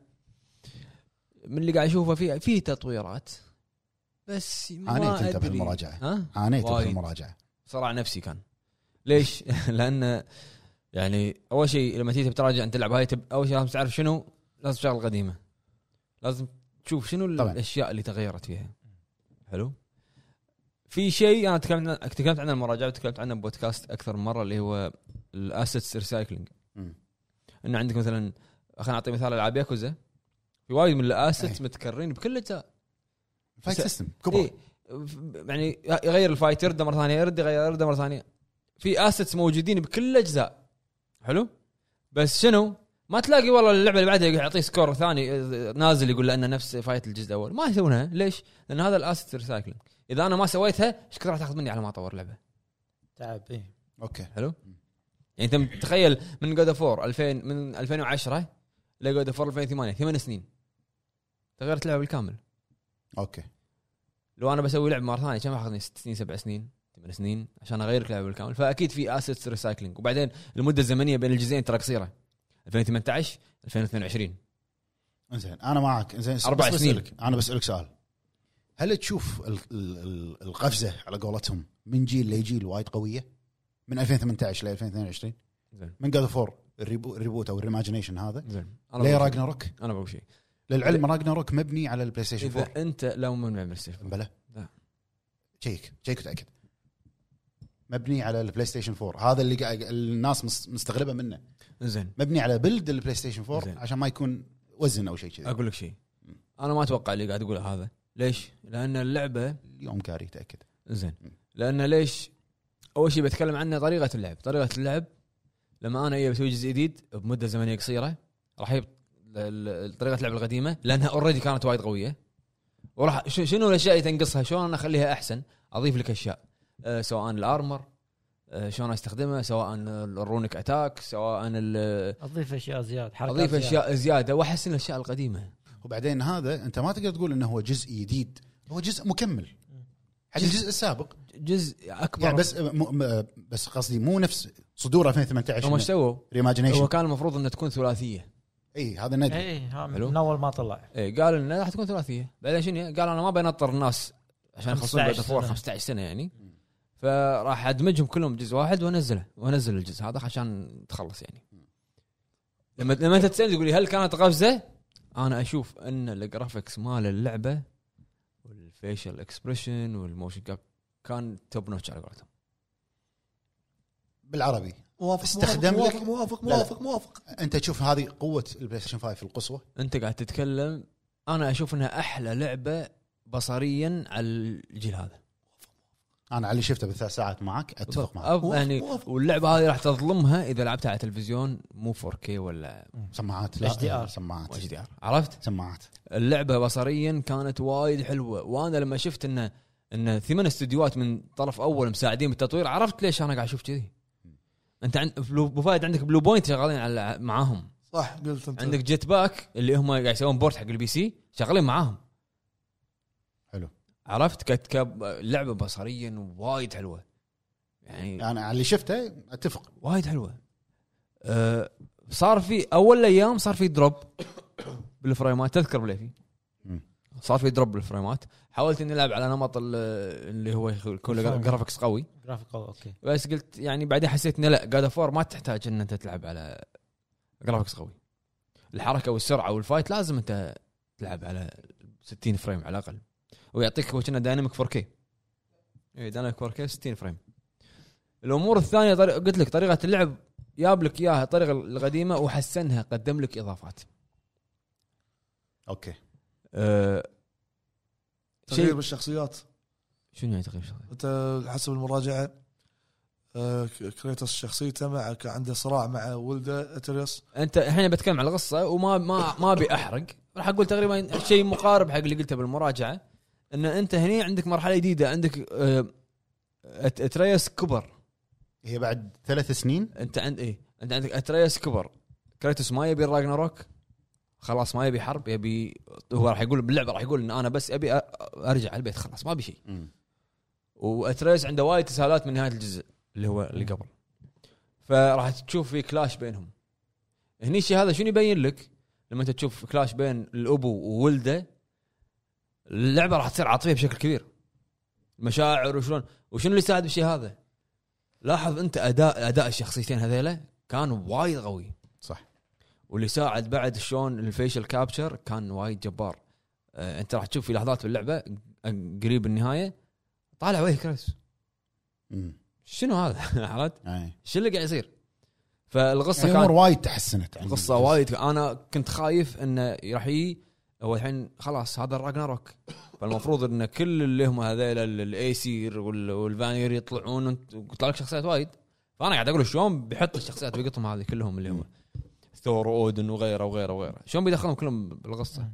من اللي قاعد اشوفه في في تطويرات بس ما عانيت انت ادري. بالمراجعه ها عانيت وايد. بالمراجعه صراع نفسي كان. ليش؟ لان يعني اول شيء لما تيجي تراجع انت تلعب هاي تب... اول شيء لازم تعرف شنو لازم شغله قديمه لازم تشوف شنو طبعاً. الاشياء اللي تغيرت فيها. حلو. في شيء انا تكلمت تكلمت عنه المراجعه وتكلمت عنه بودكاست اكثر من مره اللي هو الاسيتس ريسايكلينج. مم. انه عندك مثلا خلينا نعطي مثال العاب ياكوزا في وايد من الاسيتس أي. متكررين بكل اجزاء. فايت بس- سيستم كبر إيه يعني يغير الفايت يرده مره ثانيه يرد يغير يرده مره ثانيه. في اسيتس موجودين بكل الاجزاء. حلو. بس شنو ما تلاقي والله اللعبه اللي بعدها يعطي سكور ثاني نازل يقول لانه نفس فايت الجزء الاول. ما يسوونها ليش؟ لان هذا الاسيت ريسايكلينج. اذا انا ما سويتها ايش كثر راح تاخذ مني على ما اطور لعبه. تعب ايه. اوكي حلو. يعني انت تخيل من جود اوف وور ألفين من ألفين وعشرة لجود اوف وور ألفين وثمانية ثمان سنين تغيرت لعبه بالكامل. اوكي لو انا بسوي لعبه مره ثانيه كم اخذني ست سنين سبع سنين ثمان سنين عشان اغير لعبه بالكامل. فاكيد في اسيتس ريسايكلينج. وبعدين المده الزمنيه بين الجزئين ترى قصيره ألفين وثمانية عشر ألفين واثنين وعشرين زين انا معك زين أربع بس سنين. بسألك. انا بسالك سؤال هل تشوف ال- ال- ال- القفزه على قولتهم من جيل لجيل وايد قويه من ألفين وثمانية عشر ل ألفين واثنين وعشرين زين من جاد فور الريبو الريبوت او الريماجينيشن هذا زين ليه بقول شيء. راجناروك انا بقول شيء للعلم راجناروك مبني على البلاي ستيشن اذا فور انت لو من بلاي ستيشن بلا لا. شيك شيك وتاكد مبني على البلاي ستيشن فور. هذا اللي قاعد الناس مس- مستغربه منه. زين مبني على بلد البلاي ستيشن فور زين. عشان ما يكون وزن او شيء كذا. اقول لك شيء، انا ما اتوقع اللي قاعد اقوله هذا. ليش؟ لان اللعبه اليوم كاري تاكد. زين لان ليش؟ اول شيء بتكلم عنه طريقه اللعب. طريقه اللعب لما انا بسوي جزء جديد بمده زمنيه قصيره راح يب طريقه اللعب القديمه لانها اوريدي كانت وايد قويه، وراح شنو الاشياء اللي تنقصها، شلون انا اخليها احسن، اضيف لك اشياء أه سواء الارمر أه شلون استخدمها، سواء الرونيك اتاك، سواء اضيف اشياء زياده، حركات اضيف زيادة. اشياء زياده واحسن الاشياء القديمه. وبعدين هذا انت ما تقدر تقول انه هو جزء جديد، هو جزء مكمل حق الجزء السابق جزء اكبر يعني. بس م... م... بس قصدي مو نفس صدور ألفين وثمانية عشر. هم ايش سووا؟ ريماجينيشن. هو كان المفروض انها تكون ثلاثيه. اي هذا ندري. اي ها حلو. من اول ما طلع اي قال انه راح تكون ثلاثيه، بعدين شنو قال انا ما بينطر الناس عشان يخلصون بعد فور خمسة عشر سنه يعني، فراح ادمجهم كلهم بجزء واحد وانزله وانزل الجزء هذا عشان تخلص يعني. لما لما انت تسالني تقول لي هل كانت قفزه، انا اشوف ان الجرافيكس مال اللعبه والفيشل اكسبريشن والموشن كاب كان توب نوتش على قولتهم. بالعربي موافق استخدم موافق لك- موافق لا لا. موافق موافق انت تشوف هذه قوه البلاي ستيشن خمسة القصوى. انت قاعد تتكلم، انا اشوف انها احلى لعبه بصريا على الجيل هذا. انا على اللي شفته بالثلاث ساعات معك اتفق معك. أب موافق، يعني موافق. واللعبه هذه راح تظلمها اذا لعبتها على تلفزيون مو فور كي ولا سماعات إتش دي لا آر. سماعات اتش دي ار. عرفت؟ سماعات. اللعبه بصريا كانت وايد حلوه، وانا لما شفت انه ان ثمان استديوهات من طرف اول مساعدين بالتطوير عرفت ليش انا قاعد اشوف كذي. انت عند ابو فهد عندك بلو بوينت شغالين على معاهم، صح قلت انت. عندك جيت باك اللي هم قاعد يسوون بورت حق البي سي شغالين معاهم. حلو. عرفت؟ كانت لعبه بصريا وايد حلوه يعني، انا على اللي شفته اتفق. وايد حلوه. أه صار في اول ايام صار في دروب بالفريمات، تذكر بليفي مم. صار في دروب بالفريمات. حاولت اني العب على نمط ال- اللي هو يكون له جرافيكس قوي، جرافيك قوي اوكي بس قلت يعني بعدين حسيت انه لا، جاد اوف وور ما تحتاج ان انت تلعب على جرافيكس قوي. الحركه والسرعه والفايت لازم انت تلعب على ستين فريم على الاقل، ويعطيك هو كنا دايناميك فور كي. اي دايناميك فور كي ستين فريم. الامور الثانيه طريق قلت لك طريقه اللعب جاب لك اياها الطريقه القديمه وحسنها، قدم لك اضافات. اوكي. أه تغيير شيء بالشخصيات. شنو يعني تغيير شخصية؟ انت حسب المراجعه آه، كريتوس شخصيته مع كان عنده صراع مع ولده اتريوس. انت الحين بتكلم على القصه وما ما ما ابي احرق، راح اقول تقريبا شيء مقارب حق اللي قلته بالمراجعه، ان انت هني عندك مرحله جديده، عندك أه اتريوس كبر. هي بعد ثلاث سنين. انت عند ايه انت عندك اتريوس كبر، كريتوس ما يبي الراجناروك، خلاص ما يبي حرب، يبي هو راح يقول باللعبه راح يقول ان انا بس ابي ارجع على البيت خلاص ما ابي شيء. مم. واتريوس عنده وايد تساؤلات من نهايه الجزء اللي هو اللي قبل، فراح تشوف في كلاش بينهم. هني الشيء هذا شنو يبين لك لما انت تشوف كلاش بين الابو وولده، اللعبه راح تصير عاطفيه بشكل كبير، مشاعر وشلون وشنو اللي يساعد بالشيء هذا. لاحظ انت اداء اداء الشخصيتين هذيلا كان وايد قوي، صح. واللي ساعد بعد شلون الفيشل كابتشر كان وايد جبار. آه انت راح تشوف في لحظات باللعبه قريب النهايه طالع وجه كريس، مم. شنو هذا؟ عرفت اي شو اللي قاعد يصير؟ فالقصه يعني كانت امور وايد تحسنت عندي. قصه وايد. انا كنت خايف انه راح يجي هو الحين خلاص هذا الراجناروك، فالمفروض ان كل اللي هم هذول الايسير والفانير يطلعون ويطلع لك شخصيات وايد، فانا قاعد اقول شلون بيحط الشخصيات بيقطهم هذه كلهم اللي هم ثور واودن وغيره وغيره وغيره، شلون بيدخلهم كلهم بالقصه.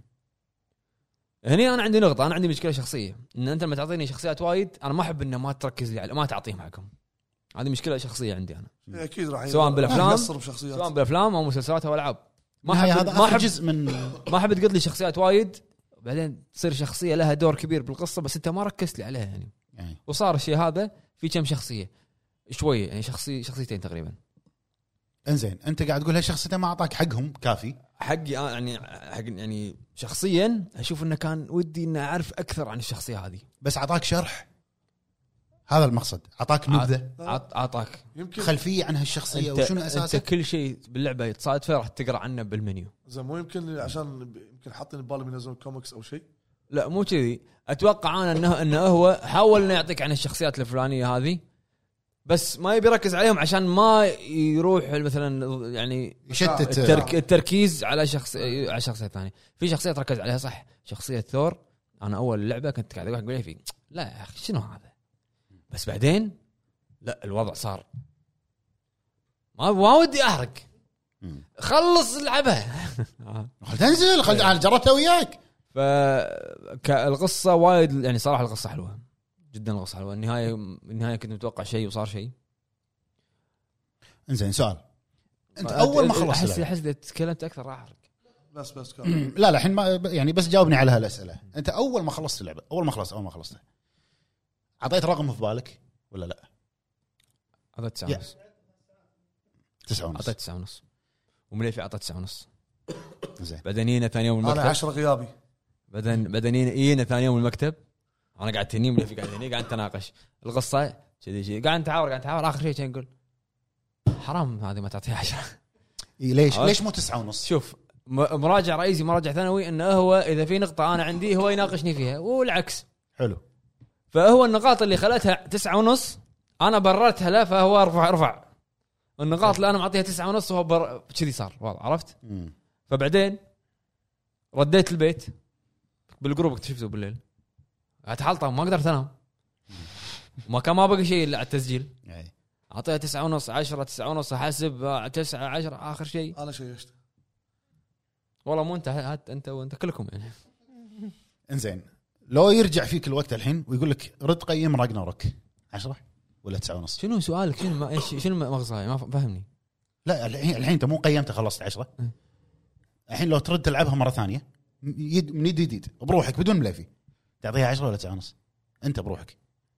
هني انا عندي نقطه، انا عندي مشكله شخصيه، ان انت لما تعطيني شخصيات وايد انا ما احب انه ما تركز لي على ما تعطيهم حقهم. هذه مشكله شخصيه عندي انا، اكيد راح سواء بالأفلام، يقصر بشخصيات. سواء بالافلام او مسلسلات او العاب. ما ما احب هذا ما احب احب جزء من ما احب تقط لي شخصيات وايد بعدين تصير شخصيه لها دور كبير بالقصه بس انت ما ركزت لي عليها يعني. يعني. وصار الشيء هذا في كم شخصيه شويه يعني شخصي شخصيتين تقريبا. انزين انت قاعد تقول هالشخصيتين ما اعطاك حقهم كافي. حقي أنا يعني حق يعني شخصيا اشوف انه كان ودي ان اعرف اكثر عن الشخصيه هذه، بس اعطاك شرح، هذا المقصد، اعطاك نبذه عط- عطاك يمكن خلفيه عن هالشخصيه انت, وشنو انت اساسه. كل شيء باللعبه يتصادفه راح تقرا عنه بالمنيو. زين مو يمكن عشان يمكن حاطين ببالهم ينزلون كوميكس او شيء. لا مو كذي، اتوقع انا انه انه هو حاول انه يعطيك عن الشخصيات الفلانيه هذه بس ما يبي يركز عليهم عشان ما يروح مثلا يعني يشتت الترك التركيز على شخص على شخصيه ثانيه. في شخصيه تركز عليها صح، شخصيه ثور. انا اول لعبه كنت قاعد اقول لي فيه لا يا اخي شنو هذا، بس بعدين لا الوضع صار ما ما ودي احرق، خلص العبها خل تنزل خل انا جربتها وياك. فالقصه وايد يعني صراحه القصه حلوه جدا، القصه حلوه. النهايه النهايه كنت متوقع شيء وصار شيء. انزين سؤال، انت اول ما خلصت احس احس اذا تكلمت اكثر راح احرق. بس بس كان لا لا الحين ما يعني بس جاوبني على هالاسئله. انت اول ما خلصت اللعبه اول ما خلصت اول ما خلصتها اعطيت رقم في بالك ولا لا؟ اعطيت تسعة ونص. تسعة ونص. اعطيت تسعة ونص ومليفي اعطيت تسعة ونص. زين بعدين ثاني يوم المكتب انا عشرة غيابي. بعدين بعدين يجينا ثاني يوم المكتب انا قاعد تنيم مليفي قاعد هني قاعد نتناقش القصه كذي شيء قاعد نتعاور قاعد نتعاور اخر شيء نقول حرام هذه ما تعطيها عشرة. ليش ليش مو تسعة ونص؟ شوف مراجع رئيسي مراجع ثانوي انه هو اذا في نقطه انا عندي هو يناقشني فيها والعكس. حلو. فهو النقاط اللي خلتها تسعة ونص انا بررتها له فهو رفع رفع النقاط اللي انا معطيها تسعة ونص وهو بر... كذي صار واضح عرفت. مم. فبعدين رديت البيت بالجروب اكتشفته بالليل اتحلطه ما قدرت انام ما كان ما بقى شيء الا على التسجيل. اعطيها تسعة ونص عشرة تسعة ونص احسب تسعة عشرة اخر شيء انا شيشت والله مو انت هات انت وانت كلكم يعني. انزين لو يرجع فيك الوقت الحين ويقول لك رد قيم راجناروك عشرة ولا تسعة ونص؟ شنو سؤالك؟ شنو ما ايش شنو مغزاه ما فهمني. لا الحين الحين انت مو قيمته خلصت عشرة الحين لو ترد تلعبها مره ثانيه يد من يد جديد بروحك بدون ملافي تعطيها عشرة ولا تسعة ونص؟ انت بروحك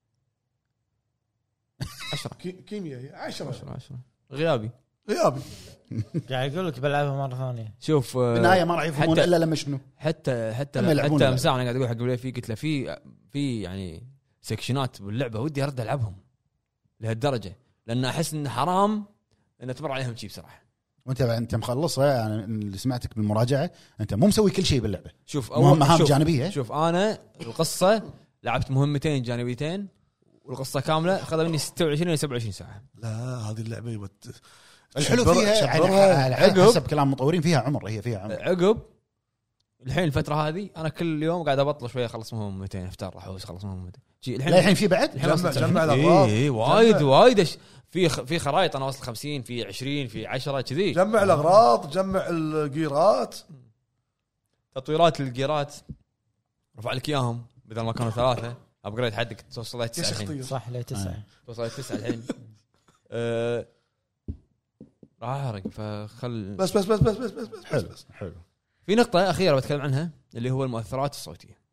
عشرة كيمياء عشرة عشرة عشرة غيابي غيابي قاعد يقول لك بلعبها مره ثانيه. شوف بالنهايه ما راح يفهمون الا لما شنو حتى حتى حتى مساء انا قاعد اقول حق ملافي قلت له في في يعني سكشنات باللعبه ودي ارد العبهم لهالدرجه لان احس ان حرام ان تمر عليهم شيء بصراحه. وانت انت مخلصها يعني اللي سمعتك بالمراجعه انت مو مسوي كل شيء باللعبه. شوف اول مهام شوف جانبيه. شوف انا القصه لعبت مهمتين جانبيتين والقصه كامله اخذ مني ستة وعشرين الى سبعة وعشرين ساعه. لا هذه اللعبه يبت الحلو فيها يعني حسب كلام المطورين فيها عمر هي فيها عمر. عقب الحين الفتره هذه انا كل يوم قاعد ابطل شويه اخلص مهمتين افتر راح اخلص مهمتين الحين الحين في بعد جمع جمع الاغراض اي وايد وايد في في خرائط انا وصل خمسين في عشرين في عشرة كذي. جمع الاغراض جمع الجيرات تطويرات الجيرات رفع لك اياهم بدل ما كانوا ثلاثه ابجريد حدك توصل ل تسعة الحين صح ل تسعة توصل ل تسعة الحين. أه راح احرق فخل بس بس بس بس بس بس, بس, حلو بس. حلو. في نقطه اخيره بتكلم عنها اللي هو المؤثرات الصوتيه.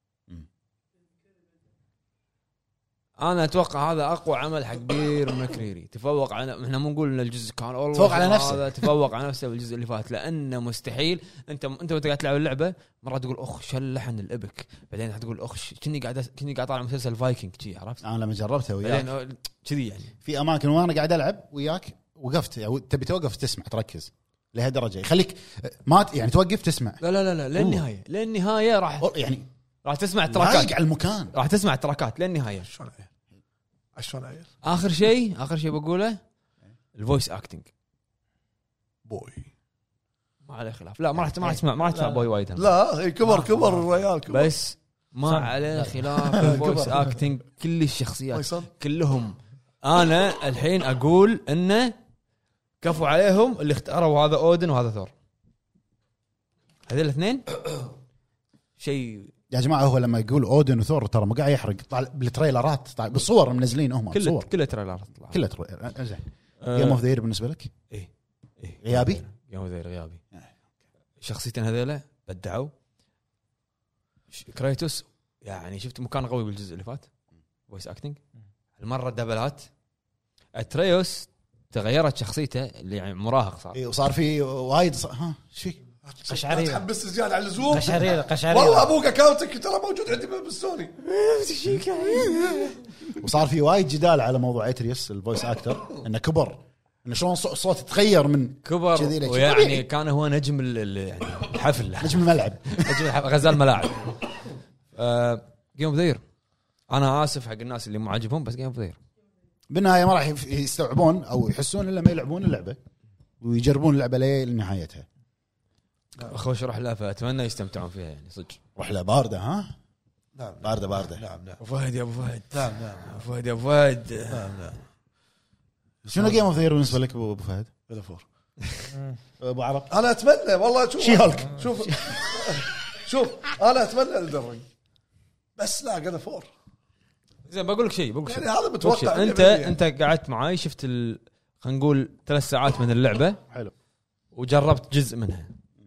انا اتوقع هذا اقوى عمل حق بير مكريري تفوق على احنا مو نقول ان الجزء كان والله تفوق على نفسه هذا تفوق على نفسه بالجزء اللي فات لانه مستحيل انت انت وانت قاعد تلعب اللعبه مره تقول اخ شو اللحن الابك بعدين تقول اخ كني قاعد كني قاعد طالع مسلسل فايكنج كذي عرفت. انا لما جربتها وياك بعدين كذي يعني في اماكن وانا قاعد العب وياك وقفت يعني تبي توقف تسمع تركز لهالدرجه يخليك ما يعني توقف تسمع. لا لا لا لا للنهايه للنهايه راح يعني راح تسمع التراكات على المكان راح تسمع التراكات للنهايه. شلون شلون عيل اخر شيء اخر شيء بقوله الفويس اكتنج بوي ما عليه خلاف. لا ما راح ما راح تسمع ما راح تسمع بوي وايد لا هي كبر كبر الريال كبر بس ما عليه خلاف الفويس اكتنج كل الشخصيات كلهم انا الحين اقول انه كفوا عليهم اللي اختاروا هذا اودن وهذا ثور هذول الاثنين شيء يا جماعه. هو لما يقول اودن وثور ترى مو قاعد يحرق طالع بالتريلرات طالع بالصور منزلين هم كل صور كل تريلرات طلع كلها تريلر. زين جيم اوف ذا يير بالنسبه لك ايه ايه غيابي جيم اوف ذا يير غيابي. شخصيتين هذيلا بدعوا كرايتوس يعني شفت مكان قوي بالجزء اللي فات فويس اكتنج المره دبلات. اتريوس تغيرت شخصيته اللي يعني مراهق صار اي وصار في وايد صار. ها ايش فيك قشعريره تحبس زياده على اللزوم قشعريره قشعريره والله ابوك اكاونتك ترى موجود عندي بالسوني. وصار في وايد جدال على موضوع اتريوس الفويس اكتر انه كبر انه شلون صوت تغير من كبر ويعني كان هو نجم يعني الحفل نجم الملعب نجم الحفل غزال الملاعب. جيم اوف ذا يير انا اسف حق الناس اللي مو عاجبهم بس جيم اوف ذا يير بالنهايه ما راح يف- يستوعبون او يحسون الا ما يلعبون اللعبه ويجربون اللعبه لنهايتها. خوش روح لها فاتمنى يستمتعون فيها يعني صدق. رحله بارده ها نعم بارده بارده. نعم نعم ابو فهد يا ابو فهد نعم نعم ابو فهد يا ابو فهد نعم نعم شنو جيم اوف ذا يير بالنسبه لك ابو فهد؟ God of War. ابو عرب انا اتمنى والله شوف شي هولك. شوف شوف انا اتمنى الدرج بس لا قد فور زين بقول لك شيء بقول لك يعني شيء هذا بقول لك شيء. متوقع انت يعني. انت قعدت معاي شفت ال... خلينا نقول ثلاث ساعات من اللعبه حلو. وجربت جزء منها.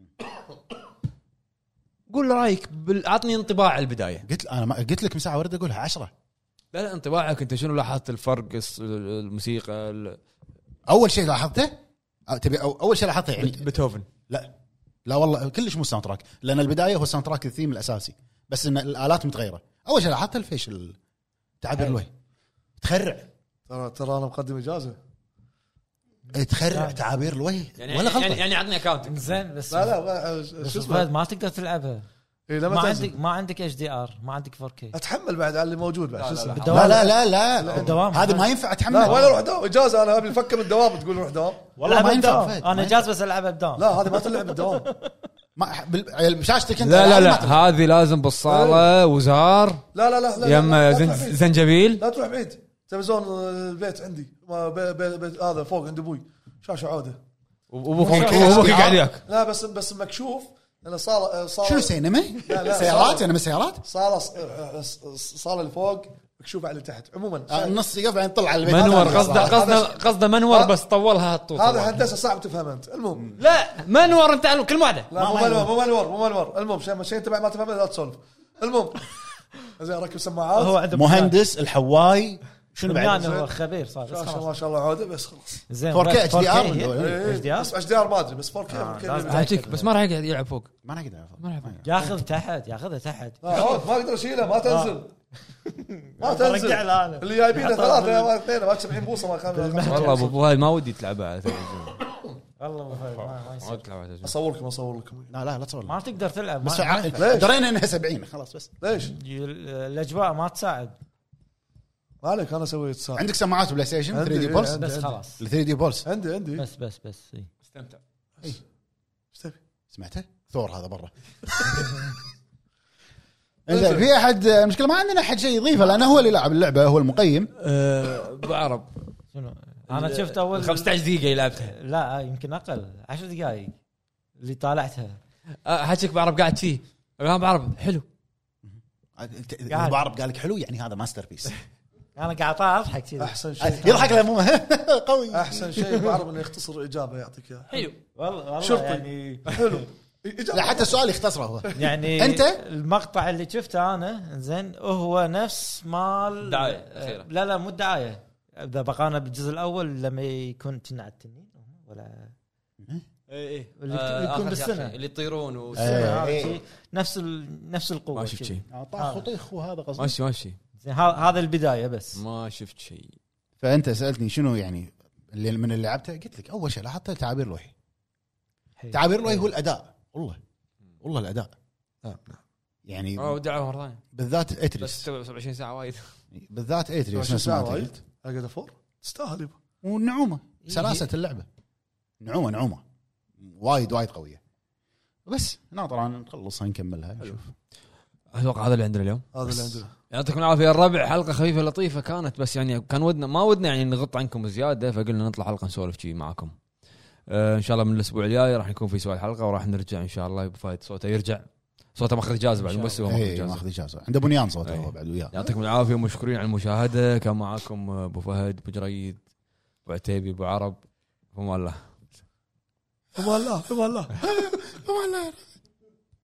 قول رايك بال... اعطني انطباع البدايه. قلت انا ما قلت لك من ساعه ورد اقولها عشرة. لا لا انطباعك انت شنو لاحظت الفرق الس- الموسيقى ال... اول شيء لاحظته أو تبي أو اول شيء لاحظته يعني بيتهوفن. لا لا والله كلش مو ساوند تراك لان البدايه هو ساوند تراك الثيم الاساسي بس ان الالات متغيره. اول شيء لاحظت الفيشل تعبير الوجه تخرع ترى ترى انا مقدم اجازه تخرع تعابير الوجه يعني ولا غلطه. يعني, يعني عطني اكاونت. زين بس لا لا ما- بس شو فهد اسمه ما تقدر تلعبها. إيه ما لما تنزل عندك ما عندك اتش دي ار ما عندك فور كي اتحمل بعد على اللي موجود بعد شو اسمه بالدوام. لا لا لا لا بالدوام. هذا ما ينفع لا اتحمل. وين اروح دوام اجازه انا ابي افكر من الدوام تقول روح دوام والله ما ينفع بالدوام. فهد، ما انا ينفع. جاز بس العبها بدوام. لا هذه ما تلعب بالدوام ما بال- بشاشتك انت لا لا ما لا تلعب. هذه لازم بالصاله وزار لا لا لا لا يما لا, لا, زن... لا, لا, زنجبيل لا تروح بعيد تلفزيون البيت عندي ما بي بي بي هذا فوق عند ابوي شاشه عوده وابوك أوكي. وابوك قاعد ياك. لا بس بس مكشوف لان صاله صاله شنو سينما؟ لا، لا، سيارات صار. سينما سيارات صاله صاله اللي فوق مكشوفه على اللي تحت عموما آه، النص يقف بعدين طلع على البيت. منور هذا قصده هذا- قصده قصده منور هذا- بس طولها الطوط. هذا هندسه صعب تفهمها انت المهم لا منور انت كل واحده. لا مو ما- منور مو منور مو منور المهم شيء شيء انت بعد ما تفهمه لا تسولف المهم زين ركب سماعات هو عنده مهندس الحواي شنو بعد؟ يعني هو خبير صار بس شاشه خلاص. ما شاء الله عوده بس خلاص زين فور كي اتش دي ار إيه، اتش دي ار بس اتش دي ار ما ادري بس فور كي لازم. هاتيك بس ما راح يقعد يلعب فوق. ما نقدر ما راح يلعب. ياخذ تحت ياخذها تحت ما اقدر اشيله ما تنزل ما تنزل برجع له أنا. اللي جايبينه ثلاثه ما اثنين ما سبعين بوصه ما كان والله ابو فهد ما ودي تلعبها على التلفزيون. والله أبو فهد ما- ما ما يصير. ودي تلعبها على التلفزيون. اصور لكم اصور لكم لا لا لا تصور ما تقدر تلعب بس ما- ع- ما ينفع. ليش؟ درينا انها سبعين خلاص بس. ليش؟ الاجواء ما تساعد ما عليك انا سويت صار عندك سماعات بلاي ستيشن عندي، ثري دي إيه، بولس؟ عندي. بس خلاص ال ثري دي بولس عندي عندي بس بس بس إي. استمتع. ايش تبي؟ سمعته؟ ثور هذا برا. انزين في احد المشكله ما عندنا احد شيء يضيفه لانه هو اللي لعب اللعبه هو المقيم. أه، بعرب شنو انا شفت اول خمسة عشر دقيقه لعبتها. لا يمكن اقل عشر دقائق اللي طالعتها أه، حكيك بعرب قاعد فيه. انا بعرب حلو. ابو بعرب قال لك حلو يعني هذا ماستر بيس. انا قاعد طالع اضحك كذا احسن شيء يضحك له مو قوي. احسن شيء بعرف انه يختصر اجابه يعطيك اياها حلو. والله والله شرطي. يعني حلو لا حتى السؤال يختصره هو. يعني أنت؟ المقطع اللي شفته انا زين هو نفس مال دعاية آه، أخيرة. لا لا مو الدعايه اذا بقانا بالجزء الاول لما يكون كنا على التنين ولا اي اي اللي يكون بالسنة. اللي يطيرون و... إيه. هذا شيء نفس ال... نفس القوه ما شفت كذي. شيء. طاح خطيخ وهذا قصدي. ماشي ماشي زين ه- هذا البدايه بس ما شفت شيء. فانت سالتني شنو يعني اللي من اللي لعبته قلت لك اول شيء لاحظت تعابير الوحي. حلو. تعابير الوحي هو الاداء والله والله الاداء نعم يعني اه ودعوا مره ثانيه بالذات بس اتريس سبعة وعشرين ساعه وايد. بالذات اتريس عشرين نفس ساعة ما أنت وايد. قلت. اقعد افور تستاهل يبا والنعومه سلاسه اللعبه نعومه نعومه وايد وايد قويه بس ناطر نخلصها نكملها نشوف. اتوقع هذا اللي عندنا اليوم. هذا اللي عندنا يعطيكم العافيه الربع. حلقه خفيفه لطيفه كانت بس يعني كان ودنا ما ودنا يعني نغط عنكم زياده فقلنا نطلع حلقه نسولف شيء معاكم. آه ان شاء الله من الاسبوع الجاي راح يكون في سؤال حلقه وراح نرجع ان شاء الله. ابو فهد صوته يرجع صوته ماخذ اجازه بعد بس هو ماخذ اي اجازه. ماخذ اجازه عنده بنيان صوته إيه. هو بعد وياه. يعطيكم العافيه ومشكورين على المشاهده. كان معاكم ابو فهد ابو جريد ابو عتيبي ابو عرب. فما الله فما الله فما الله والله